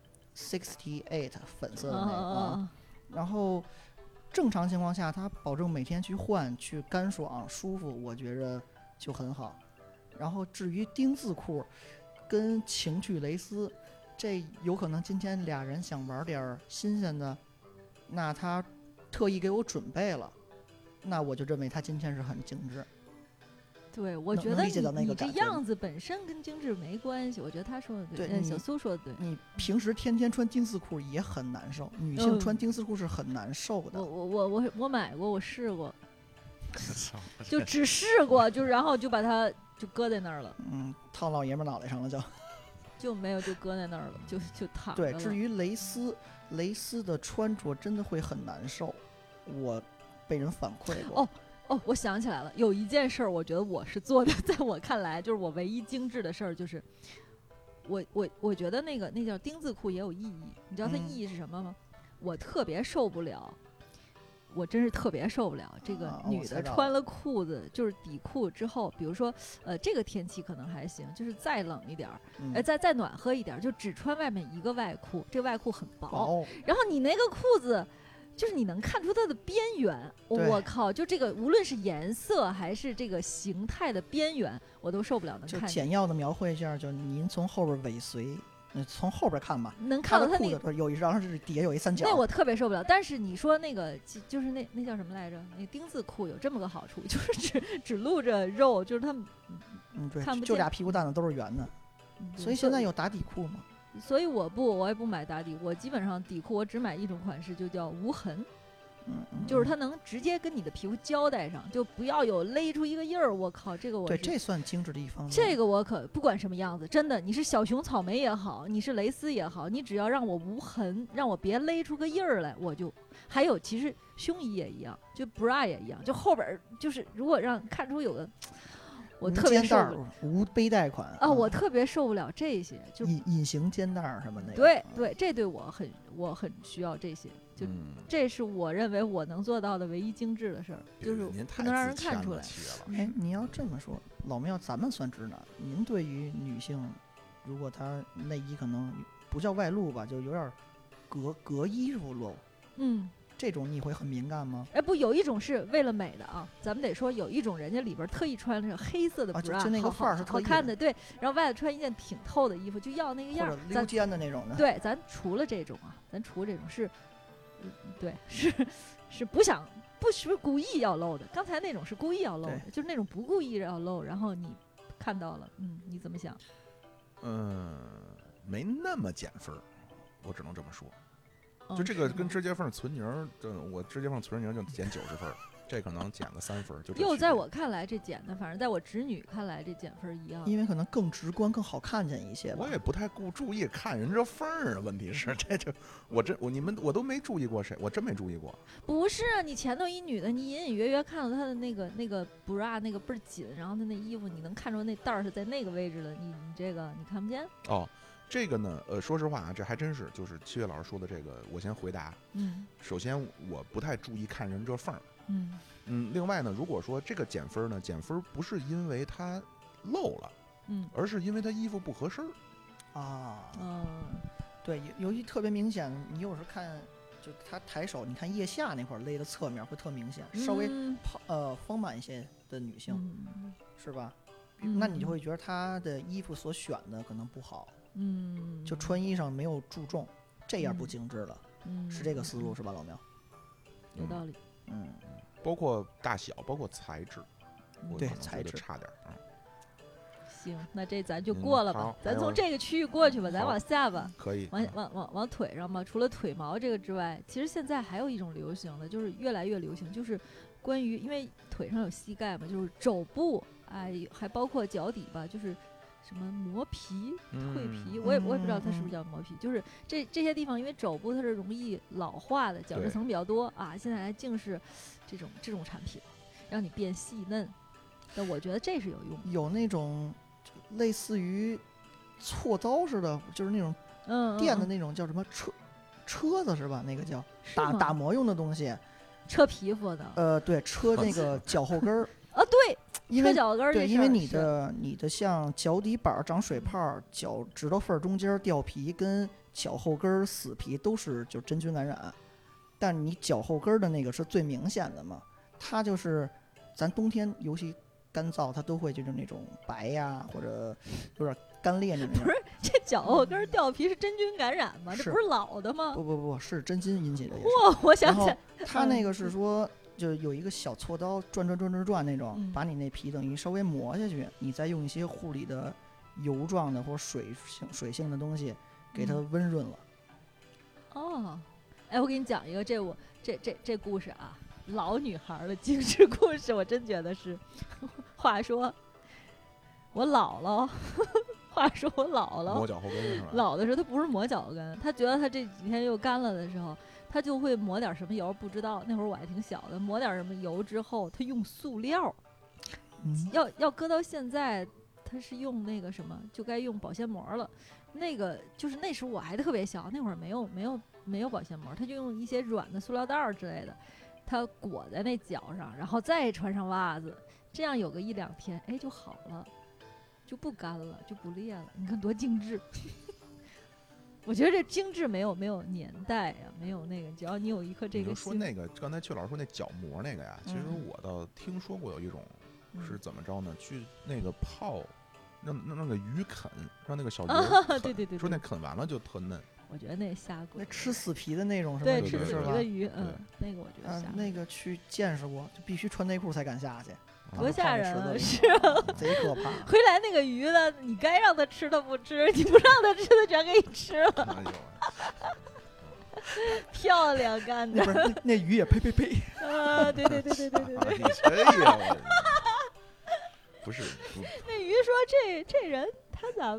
，sixty eight 粉色的啊那个啊。 啊然后正常情况下，它保证每天去换，去干爽舒服，我觉着就很好。然后至于丁字裤跟情趣蕾丝，这有可能今天俩人想玩点儿新鲜的，那他特意给我准备了，那我就认为他今天是很精致。 对，我能觉得能理解到那你你这个感觉样子本身跟精致没关系，我觉得他说的对，呃， 对你小苏说的对。 你平时天天穿丁字裤也很难受，女性嗯穿丁字裤是很难受的。 我我我我我买过，我试过， 操， 就只试过，就然后就把它就搁在那儿了， 嗯，套老爷们儿脑袋上了就。 就没有就搁在那儿了，就就躺着对， 了。 至于蕾丝，蕾丝的穿着真的会很难受，我被人反馈过。 哦哦，我想起来了，有一件事儿，我觉得我是做的，在我看来，就是我唯一精致的事儿，就是我我我觉得那个那叫丁字裤也有意义，你知道它嗯意义是什么吗？我特别受不了。我真是特别受不了这个啊我女猜到的穿了裤子，就是底裤之后，比如说，呃，这个天气可能还行，就是再冷一点儿， 嗯呃，再再暖和一点儿，就只穿外面一个外裤，这个外裤很薄， 薄， 然后你那个裤子，就是你能看出它的边缘， 对我靠，就这个无论是颜色还是这个形态的边缘，我都受不了，能就看见， 简要的描绘一下，就您从后边尾随，呃从后边看吧， 能他的看到它那裤子不是有一张是底下有一三角， 那我特别受不了。但是你说那个就就是那那叫什么来着？那丁字裤有这么个好处，就是只只露着肉，就是他们。 嗯对看不，见就俩屁股蛋子都是圆的， 嗯所以现在有打底裤嘛， 所以我不我也不买打底，我基本上底裤我只买一种款式，就叫无痕。 嗯，嗯就是它能直接跟你的皮肤交代上，就不要有勒出一个印儿。我靠，这个我对， 是这算精致的一方面。 这个我可不管什么样子，真的，你是小熊草莓也好，你是蕾丝也好，你只要让我无痕，让我别勒出个印儿来，我就。还有，其实胸衣也一样，就 bra 也一样，就后边儿就是如果让看出有个，我无特别肩带儿受不了无背带款啊，我嗯特别受不了这些，就隐隐形肩带儿什么的。 对对，这对我很我很需要这些，就嗯， 这是我认为我能做到的唯一精致的事儿，就是您太不能让人自谦了看出来。 七月老师哎，你要这么说，老庙咱们算直男，您对于女性，如果她内衣可能不叫外露吧，就有点儿隔隔衣服露， 嗯。 这种你会很敏感吗？ 哎，不，有一种是为了美的啊，咱们得说有一种人家里边特意穿那种黑色的啊就 bra，、 就那个好好范儿是特意的好看的，对，然后外头穿一件挺透的衣服，就要那个样儿。 或者溜咱肩的那种的？ 对，咱除了这种啊，咱除了这种是，嗯对，是是不想不是故意要露的，刚才那种是故意要露的， 对就是那种不故意要露，然后你看到了，嗯，你怎么想？ 嗯，没那么减分儿，我只能这么说。 哦就这个是吗跟指甲缝存泥儿，这我指甲缝存泥儿就减九十分儿， 这可能减个三分就这又在区别我看来这减的，反正在我侄女看来这减分一样。 因为可能更直观、更好看见一些吧我。也不太顾注意看人这缝儿啊，问题是这这我真我你们我都没注意过谁，我真没注意过。 不是啊，你前头一女的，你隐隐约约看到她的那个那个 bra 那个倍儿紧，然后她那衣服你能看出那带儿是在那个位置的，你你这个你看不见。 哦，这个呢，呃，说实话啊，这还真是就是七月老师说的这个，我先回答。 嗯首先，我不太注意看人这缝儿。 嗯嗯，另外呢，如果说这个减分呢，减分不是因为他漏了， 嗯而是因为他衣服不合身儿。 啊， 嗯对，尤尤其特别明显，你有时候看，就他抬手，你看腋下那块儿勒的侧面会特明显，稍微嗯胖呃丰满一些的女性、 嗯是吧？ 嗯那你就会觉得她的衣服所选的可能不好， 嗯， 就穿衣上没有注重，这样不嗯精致了， 嗯是这个思路是吧，老苗？ 有道理。 嗯， 包括大小，包括材质，我对可能觉材质得差点儿啊。 行，那这咱就嗯过了吧， 好咱还有从这个区域过去吧，咱好往下吧。 可以， 往嗯往往往腿上吧，除了腿毛这个之外，其实现在还有一种流行的，就是越来越流行，就是关于因为腿上有膝盖嘛，就是肘部，哎，还包括脚底吧，就是什么磨皮、蜕皮，我也我也不知道它是不是叫磨皮，就是这这些地方，因为肘部它是容易老化的，角质对层比较多啊，现在还净是这种这种产品，让你变细嫩。那我觉得这是有用的， 有那种就类似于锉刀似的，就是那种嗯， 电的嗯那种叫什么车车子是吧？那个叫是吗打打磨用的东西， 车皮肤的， 呃，对，车那个脚后跟儿， 啊，对， 因为车脚跟儿这对， 事因为你儿是的你的像脚底板儿长水泡儿，脚指头缝儿中间儿掉皮，跟脚后跟儿死皮都是就真菌感染，但你脚后跟儿的那个是最明显的嘛，它就是咱冬天尤其干燥，它都会就是那种白呀，或者有点干裂那种。 不是这脚后跟儿掉皮是真菌感染吗？这是不是老的吗？ 不不不是真菌引起的也是。 哇，我想然后起来， 它那个是说，就有一个小锉刀转转转转转那种， 嗯把你那皮等于稍微磨下去，你再用一些护理的油状的或水性水性的东西给它嗯温润了。 哦，哎，我给你讲一个这我这这这故事啊，老女孩儿的精致故事，我真觉得是。话说我姥姥，话说我姥姥磨脚后跟是吧？ 老的时候，她不是磨脚跟，她觉得她这几天又干了的时候，她就会抹点什么油，不知道那会儿我还挺小的，抹点什么油之后，她用塑料， 嗯， 要要搁到现在，她是用那个什么，就该用保鲜膜了。那个就是那时候我还特别小，那会儿没有没有没有保鲜膜，她就用一些软的塑料袋儿之类的，她裹在那脚上，然后再穿上袜子，这样有个一两天，哎就好了，就不干了，就不裂了。你看多精致！我觉得这精致没有没有年代呀、没有那个，只要你有一颗这你个心， 就说那个，刚才曲老师说那角膜那个呀，其实嗯我倒听说过有一种嗯是怎么着呢？去那个泡，让让那个鱼啃，让那个小鱼啊儿啃， 对对对对说那啃完了就特嫩。 我觉得那瞎那鬼。 吃死皮的那种是吧？ 对对对对吃死皮是吧？ 的鱼，嗯，那个我觉得啊吓， 那个去见识过，就必须穿内裤才敢下去， 啊多吓人啊！ 泡在池是啊， 贼可怕。 回来那个鱼呢，你该让他吃的不吃，你不让他吃的全给你吃了， 哎呦漂亮干的那。边那那鱼也呸呸呸， 啊，对对对对对对对， 你这呀，我不是不那鱼说这这人他咋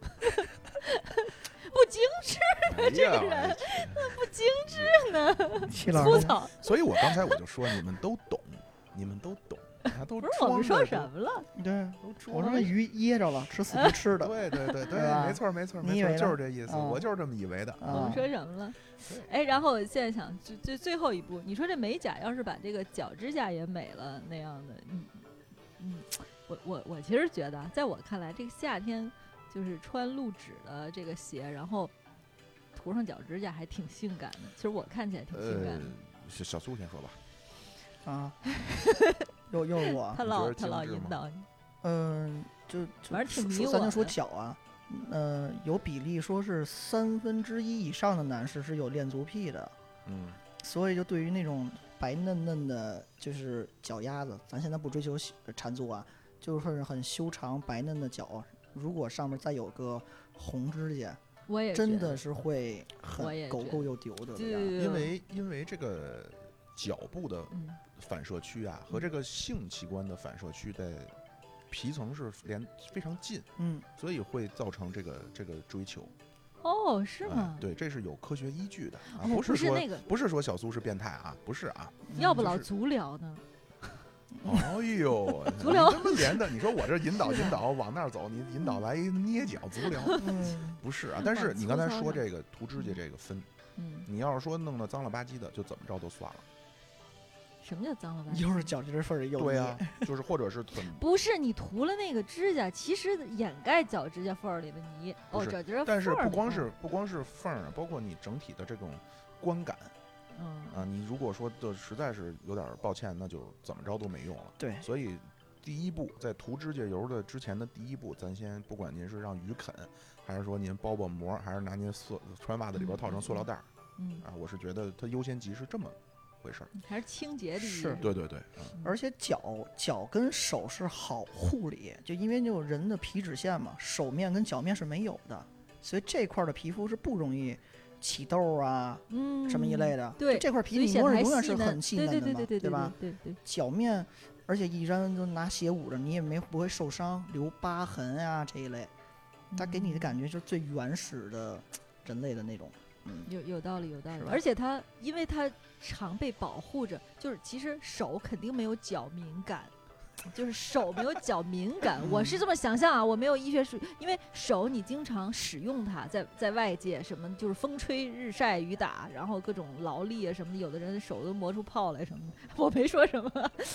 不精致哎这个呀人不精致呢？ 齐老师粗糙。 所以我刚才我就说你们都懂，你们都懂，他都不是我们说装的什么了？ 对， 都装我说那的鱼噎着了，吃死皮吃的对对对对吧对，没错没错没错， 你以为呢就是这意思， 啊我就是这么以为的。 我啊们。说什么了对？ 哎，然后我现在想，最最最后一步，你说这美甲要是把这个脚指甲也美了那样的，嗯嗯，我我我其实觉得啊，在我看来，这个夏天就是穿露指的这个鞋，然后涂上脚指甲还挺性感的。其实我看起来挺性感呃的。， 小小苏先说吧。 啊，又又是我他， 你觉得老他老精致吗引导你， 嗯，就就反正挺迷我说咱就说的脚啊，呃，有比例说是三分之一以上的男士是有恋足癖的， 嗯， 所以就对于那种白嫩嫩的，就是脚丫子，咱现在不追求细缠足啊，就是很修长白嫩的脚，如果上面再有个红指甲， 我也觉得真的是会我也很狗觉狗又丢的对样子。 因为因为这个脚部的嗯反射区啊，和这个性器官的反射区在皮层是连非常近， 嗯， 所以会造成这个这个追求。 哦，是吗哎？对，这是有科学依据的啊， 哦不是说不是那个不是说小苏是变态啊，不是啊。 要不老就是足疗呢？ 哎呦， 足疗你这么连的，你说我这引导引导往那儿走，你引导来一捏脚足疗， 嗯， 不是啊。但是你刚才粗糙的说这个涂指甲这个分， 嗯， 你要是说弄得脏了吧唧的，就怎么着都算了。 什么叫脏了吧唧？ 又是脚趾缝儿又对捏啊，就是或者是腿， 不是你涂了那个指甲，其实掩盖脚指甲缝儿里的泥。哦， 不是脚指甲缝儿里。 但是不光哦是不光是缝儿啊，包括你整体的这种观感嗯啊，你如果说的实在是有点抱歉，那就怎么着都没用了。 对， 所以第一步，在涂指甲油的之前的第一步，咱先不管您是让鱼啃，还是说您包包膜，还是拿您塑穿袜子里边套成塑料袋儿嗯， 啊，我是觉得它优先级是这么回事儿。 还是清洁第一。 是对对对，嗯而且脚脚跟手是好护理，就因为就人的皮脂腺嘛，手面跟脚面是没有的，所以这块儿的皮肤是不容易起痘啊嗯， 什么一类的。 对就这块皮你所以显得还摸着永远是细嫩很细对嫩的嘛， 对对对对吧？ 对对， 脚面，而且一沾就拿鞋捂着，你也没不会受伤、留疤痕啊这一类，它给你的感觉就是最原始的人类的那种，嗯， 有有道理，有道理是。吧而且它因为它常被保护着，就是其实手肯定没有脚敏感，就是手没有脚敏感。我是这么想象啊，我没有医学术，因为手你经常使用它，在在外界什么就是风吹日晒雨打，然后各种劳力啊什么的，有的人手都磨出泡来什么的。我没说什么。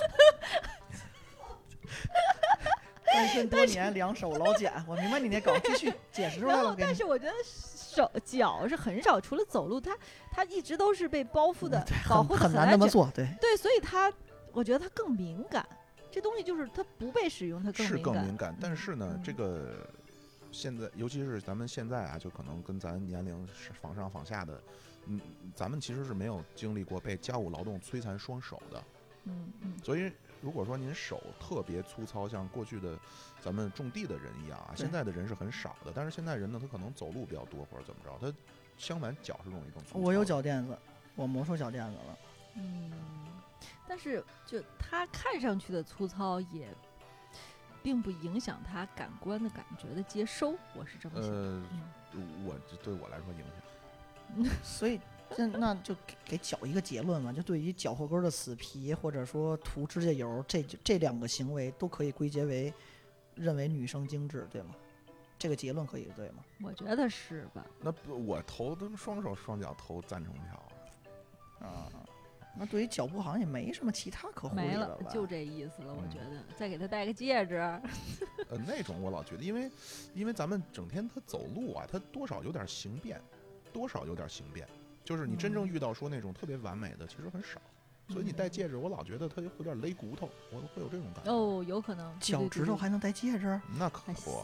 单身多年两手老茧，我明白你那梗，继续解释出来然后， 了，给你。 但是我觉得手脚是很少，除了走路，它它一直都是被包覆的，保护的很很难那么安全。 做，对， 对，所以它，我觉得它更敏感。这东西就是它不被使用，它更是敏感。 更敏感。但是呢， 嗯这个现在，尤其是咱们现在啊，就可能跟咱年龄是仿上仿下的，嗯，咱们其实是没有经历过被家务劳动摧残双手的。 嗯嗯， 所以，如果说您手特别粗糙，像过去的咱们种地的人一样啊， 对现在的人是很少的。但是现在人呢，他可能走路比较多或者怎么着，他相反脚是容易更粗糙的。 我有脚垫子，我磨出脚垫子了。 嗯，但是就它看上去的粗糙也。并不影响它感官的感觉的接收，我是这么想。 呃， 嗯我对我来说影响。 所以这那就给给脚一个结论嘛，就对于脚后跟的死皮或者说涂指甲油这这两个行为都可以归结为认为女生精致，对吗？这个结论可以对吗？ 我觉得是吧？ 那不我投都双手双脚投赞成票啊，那对于脚部好像也没什么其他可护理没了吧？， 了就这意思了。我嗯觉得再给他戴个戒指， 呃，那种我老觉得，因为因为咱们整天他走路啊，他多少有点形变，多少有点形变，就是你真正嗯遇到说那种特别完美的，其实很少。所以你戴戒指，我老觉得它有点勒骨头，我会有这种感觉。 哦，有可能脚趾头，还能戴戒指？ 那可还不，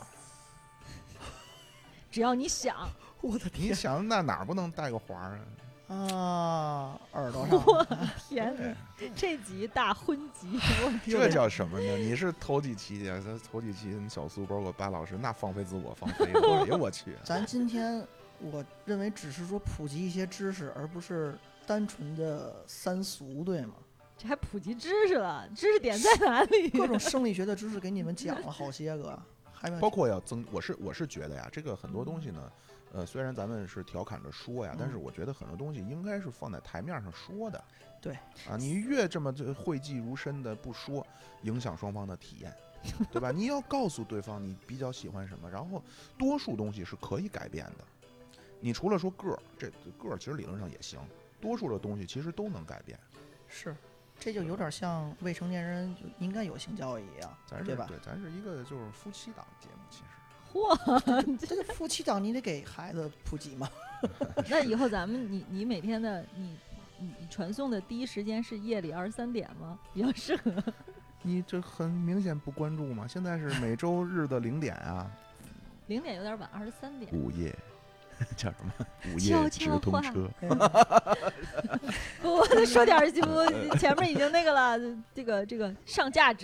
只要你想， 我的你想那哪儿不能戴个环儿啊？ 啊，耳朵上我的天哪，这集大婚集，我这叫什么呢？你是头几期呀？这头几期小苏包括巴老师，那放飞自我放飞的，哎呦我去！ 咱今天我认为只是说普及一些知识，而不是单纯的三俗，对吗？ 这还普及知识了，知识点在哪里？ 各种生理学的知识给你们讲了好些个，还有包括要增，我是我是觉得呀，这个很多东西呢，呃，虽然咱们是调侃着说呀，但是我觉得很多东西应该是放在台面上说的。 对啊，你越这么这讳疾如深的不说，影响双方的体验，对吧？你要告诉对方你比较喜欢什么，然后多数东西是可以改变的。你除了说个儿，这个儿其实理论上也行，多数的东西其实都能改变。 是，这就有点像未成年人就应该有性教育一样， 咱是对吧？ 咱是一个就是夫妻档节目，其实。 嚯， 这个夫妻档你得给孩子普及嘛。 那以后咱们你你每天的你你你传送的第一时间是夜里二十三点吗？比较适合。 你这很明显不关注嘛？现在是每周日的零点啊， 零点有点晚，二十三点。 午夜叫什么？午悄夜直悄话通车。 不，我得说点儿就前面已经那个了，这个这个上价值。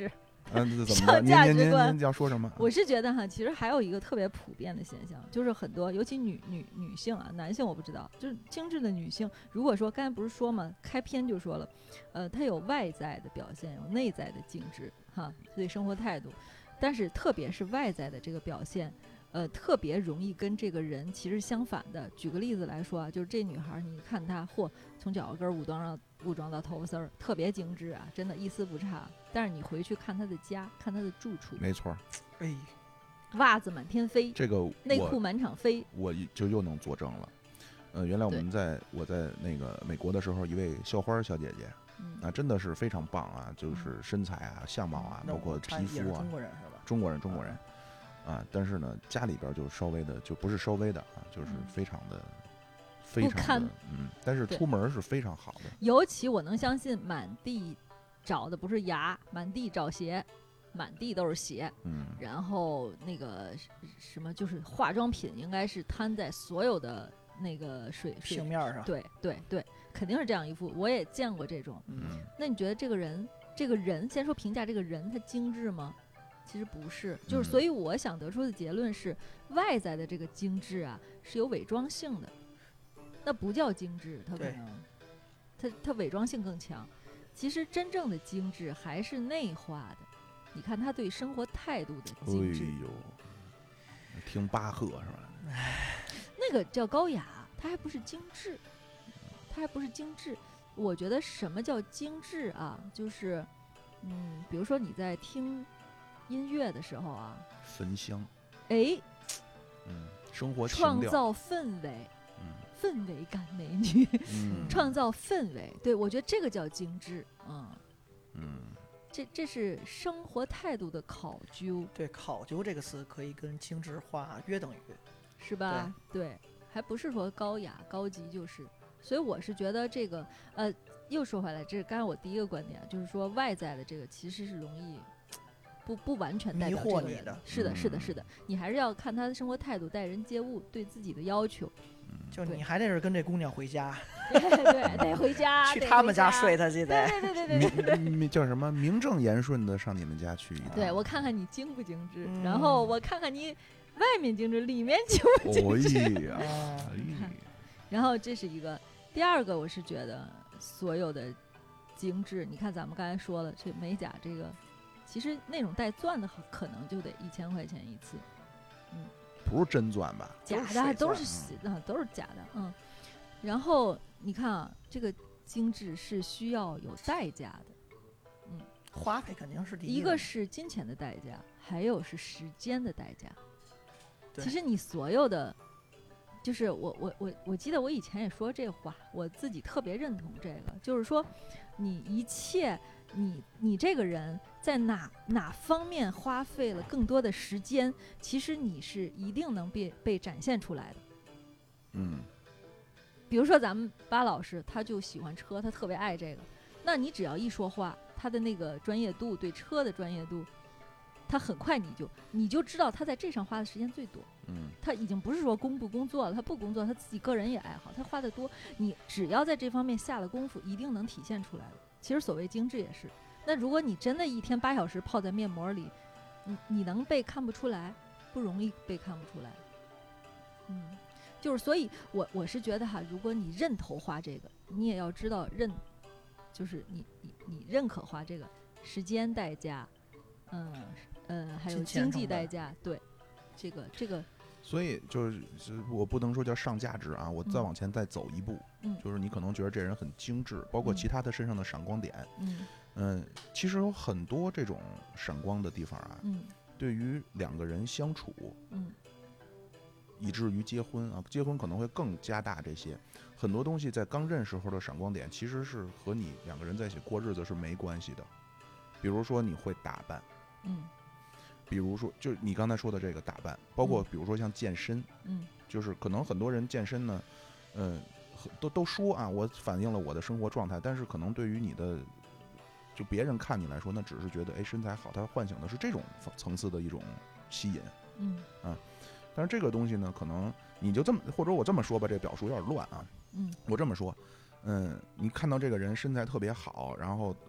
嗯，怎么着？ 上您您您价值观您要说什么？ 我是觉得哈，其实还有一个特别普遍的现象，就是很多，尤其女女女性啊，男性我不知道，就是精致的女性，如果说刚才不是说嘛，开篇就说了，呃，她有外在的表现，有内在的精致哈，对生活态度，但是特别是外在的这个表现。呃，特别容易跟这个人其实相反的。举个例子来说啊，就是这女孩，你看她，嚯，从脚后跟武装到武装到头发丝儿，特别精致啊，真的一丝不差。但是你回去看她的家，看她的住处， 没错， 哎， 袜子满天飞， 这个内裤我满场飞。 我就又能作证了。呃，原来我们在我在那个美国的时候，一位校花小姐姐， 嗯啊，真的是非常棒啊，就是身材啊、相貌啊， 那我包括皮猜也是肤啊， 中国人是吧？ 中国人，中国人。啊，但是呢，家里边就稍微的，就不是稍微的啊，就是非常的、嗯、非常堪的，嗯，但是出门是非常好的。 尤其我能相信，满地找的不是牙，满地找鞋，满地都是鞋， 嗯， 然后那个什么，就是化妆品应该是摊在所有的那个水水平面上， 对对对，肯定是这样一副，我也见过这种。 嗯， 那你觉得这个人，这个人，先说评价这个人，他精致吗？其实不是，就是所以我想得出的结论是，外在的这个精致啊是有伪装性的，那不叫精致，它可能，它它伪装性更强。其实真正的精致还是内化的，你看他对生活态度的精致。 哎呦，听巴赫是吧？ 那个叫高雅，它还不是精致，它还不是精致。我觉得什么叫精致啊？就是，嗯，比如说你在听音乐的时候啊， 焚香， 哎， 嗯，生活创造氛围， 嗯， 氛围感美女， 嗯， 创造氛围，对，我觉得这个叫精致，嗯嗯， 这这是生活态度的考究， 对，考究这个词可以跟精致化约等于， 是吧？对，对，还不是说高雅高级就是，所以我是觉得这个，呃，又说回来，这是刚才我第一个观点，就是说外在的这个其实是容易。不不完全代表这个人的， 是的，是的，是的，你还是要看他的生活态度、待人接物、对自己的要求。 就你还得是跟这姑娘回家， 对对，得回家， 去他们家睡，他记得。 对对对对对对， 叫什么？名正言顺的上你们家去一趟。 对，我看看你精不精致， 嗯、 然后我看看你外面精致，里面精不精致。 哎呀，哎、 然后这是一个，第二个我是觉得所有的精致，你看咱们刚才说了，这美甲这个。其实那种带钻的可能就得一千块钱一次，嗯， 不是真钻吧？ 假的都是洗的，都是假的，嗯。然后你看啊，这个精致是需要有代价的，嗯， 花费肯定是第一， 一个是金钱的代价，还有是时间的代价。其实你所有的，就是我我我我记得我以前也说这话，我自己特别认同这个，就是说你一切。你你这个人在哪哪方面花费了更多的时间，其实你是一定能被被展现出来的。 嗯， 比如说咱们巴老师，他就喜欢车，他特别爱这个。那你只要一说话，他的那个专业度，对车的专业度，他很快你就你就知道他在这上花的时间最多。 嗯， 他已经不是说工不工作了，他不工作，他自己个人也爱好，他花的多。你只要在这方面下了功夫，一定能体现出来的。其实所谓精致也是，那如果你真的一天八小时泡在面膜里，你你能被看不出来？不容易被看不出来。嗯，就是所以我我是觉得哈，如果你认头花这个，你也要知道认，就是你你你认可花这个时间代价，嗯呃还有经济代价，对，这个这个。 所以就是我不能说叫上价值啊，我再往前再走一步， 嗯， 就是你可能觉得这人很精致，包括其他他身上的闪光点， 嗯嗯，其实有很多这种闪光的地方啊， 嗯， 对于两个人相处， 嗯， 以至于结婚啊，结婚可能会更加大这些很多东西，在刚认识时候的闪光点，其实是和你两个人在一起过日子是没关系的，比如说你会打扮， 嗯。 比如说，就你刚才说的这个打扮，包括比如说像健身， 嗯， 就是可能很多人健身呢，呃，都都说啊，我反映了我的生活状态，但是可能对于你的，就别人看你来说，那只是觉得哎身材好，他唤醒的是这种层次的一种吸引， 嗯啊，但是这个东西呢，可能你就这么，或者我这么说吧，这表述有点乱啊， 嗯， 我这么说，嗯，你看到这个人身材特别好，然后。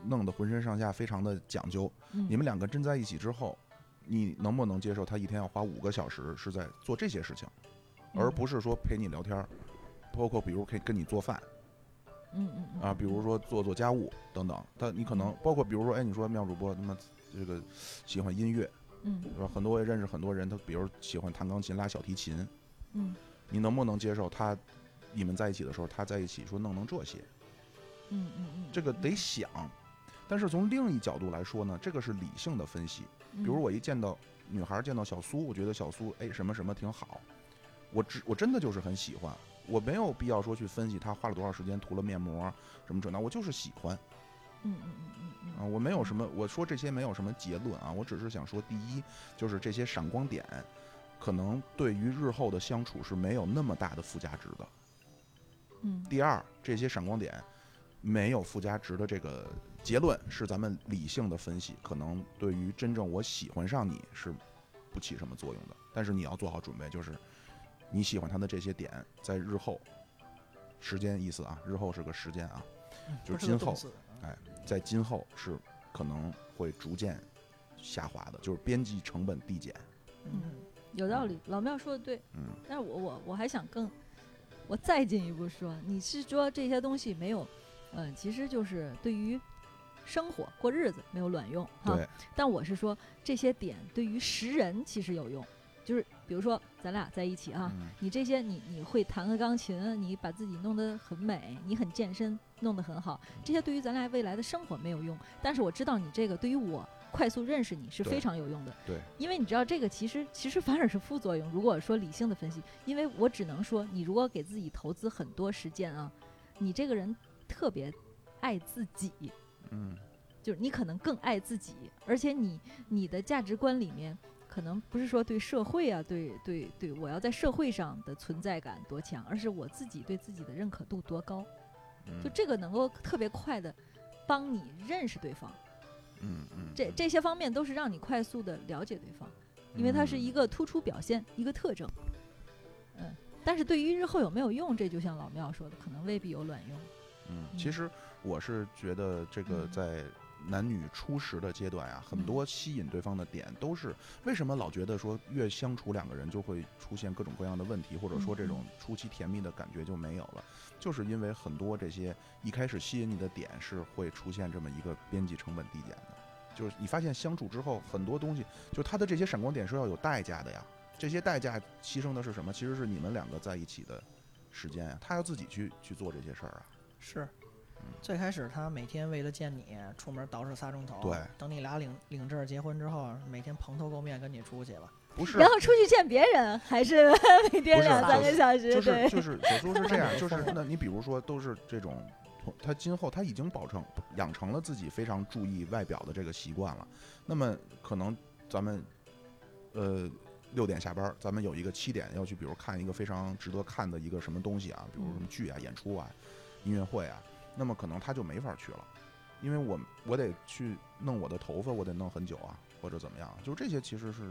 弄得浑身上下非常的讲究， 嗯你们两个真在一起之后，你能不能接受他一天要花五个小时是在做这些事情，而不是说陪你聊天，包括比如可以跟你做饭嗯嗯嗯啊，比如说做做家务等等。但你可能包括比如说，哎，你说妙主播他妈这个喜欢音乐， 嗯是吧？很多我也认识很多人，他比如喜欢弹钢琴、拉小提琴， 嗯你能不能接受他你们在一起的时候，他在一起说弄弄这些？ 嗯嗯嗯， 这个得想。但是从另一角度来说呢，这个是理性的分析。比如我一见到女孩见到小苏，我觉得小苏哎什么什么挺好，我只我真的就是很喜欢，我没有必要说去分析她花了多少时间涂了面膜什么这那，我就是喜欢嗯嗯嗯嗯嗯啊，我没有什么，我说这些没有什么结论啊，我只是想说，第一就是这些闪光点，可能对于日后的相处是没有那么大的附加值的。 嗯第二，这些闪光点没有附加值的这个结论是咱们理性的分析，可能对于真正我喜欢上你是不起什么作用的。但是你要做好准备，就是你喜欢他的这些点，在日后时间意思啊，日后是个时间啊，就是今后，哎，在今后是可能会逐渐下滑的，就是边际成本递减。 嗯，有道理，老庙说的对。 嗯， 但是我我我还想更，我再进一步说，你是说这些东西没有，嗯，其实就是对于生活过日子没有卵用哈。 对， 但我是说这些点对于识人其实有用，就是比如说咱俩在一起哈， 嗯你这些你你会弹个钢琴，你把自己弄得很美，你很健身，弄得很好，这些对于咱俩未来的生活没有用，但是我知道你这个对于我快速认识你是非常有用的。 对， 因为你知道这个其实其实反而是副作用。如果说理性的分析，因为我只能说，你如果给自己投资很多时间啊，你这个人特别爱自己， 嗯就是你可能更爱自己，而且你你的价值观里面可能不是说对社会啊，对对对，我要在社会上的存在感多强，而是我自己对自己的认可度多高。 嗯， 就这个能够特别快的帮你认识对方。 嗯嗯， 这这些方面都是让你快速的了解对方，因为它是一个突出表现，一个特征。嗯，但是对于日后有没有用，这就像老庙说的，可能未必有卵用。 嗯，其实我是觉得这个嗯在男女初识的阶段啊，很多吸引对方的点都是为什么老觉得说越相处两个人就会出现各种各样的问题，或者说这种初期甜蜜的感觉就没有了，就是因为很多这些一开始吸引你的点是会出现这么一个边际成本递减的。就是你发现相处之后，很多东西，就它的这些闪光点是要有代价的呀。这些代价牺牲的是什么？其实是你们两个在一起的时间呀，他要自己去去做这些事儿啊。 是，最开始他每天为了见你，出门捯饬仨钟头。 对， 等你俩领领证结婚之后，每天蓬头垢面跟你出去了。 不是， 然后出去见别人，还是每天两三个小时。 就是对， 就是小苏是这样，就是那你比如说都是这种。他今后他已经保成养成了自己非常注意外表的这个习惯了，那么可能咱们呃六点下班，咱们有一个七点要去，比如看一个非常值得看的一个什么东西啊，比如什么剧啊、演出啊、音乐会啊，那么可能他就没法去了，因为我我得去弄我的头发，我得弄很久啊，或者怎么样，就这些其实是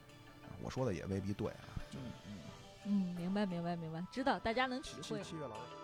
我说的也未必对啊。 嗯嗯嗯，明白明白明白，知道大家能体会。 七七月老师。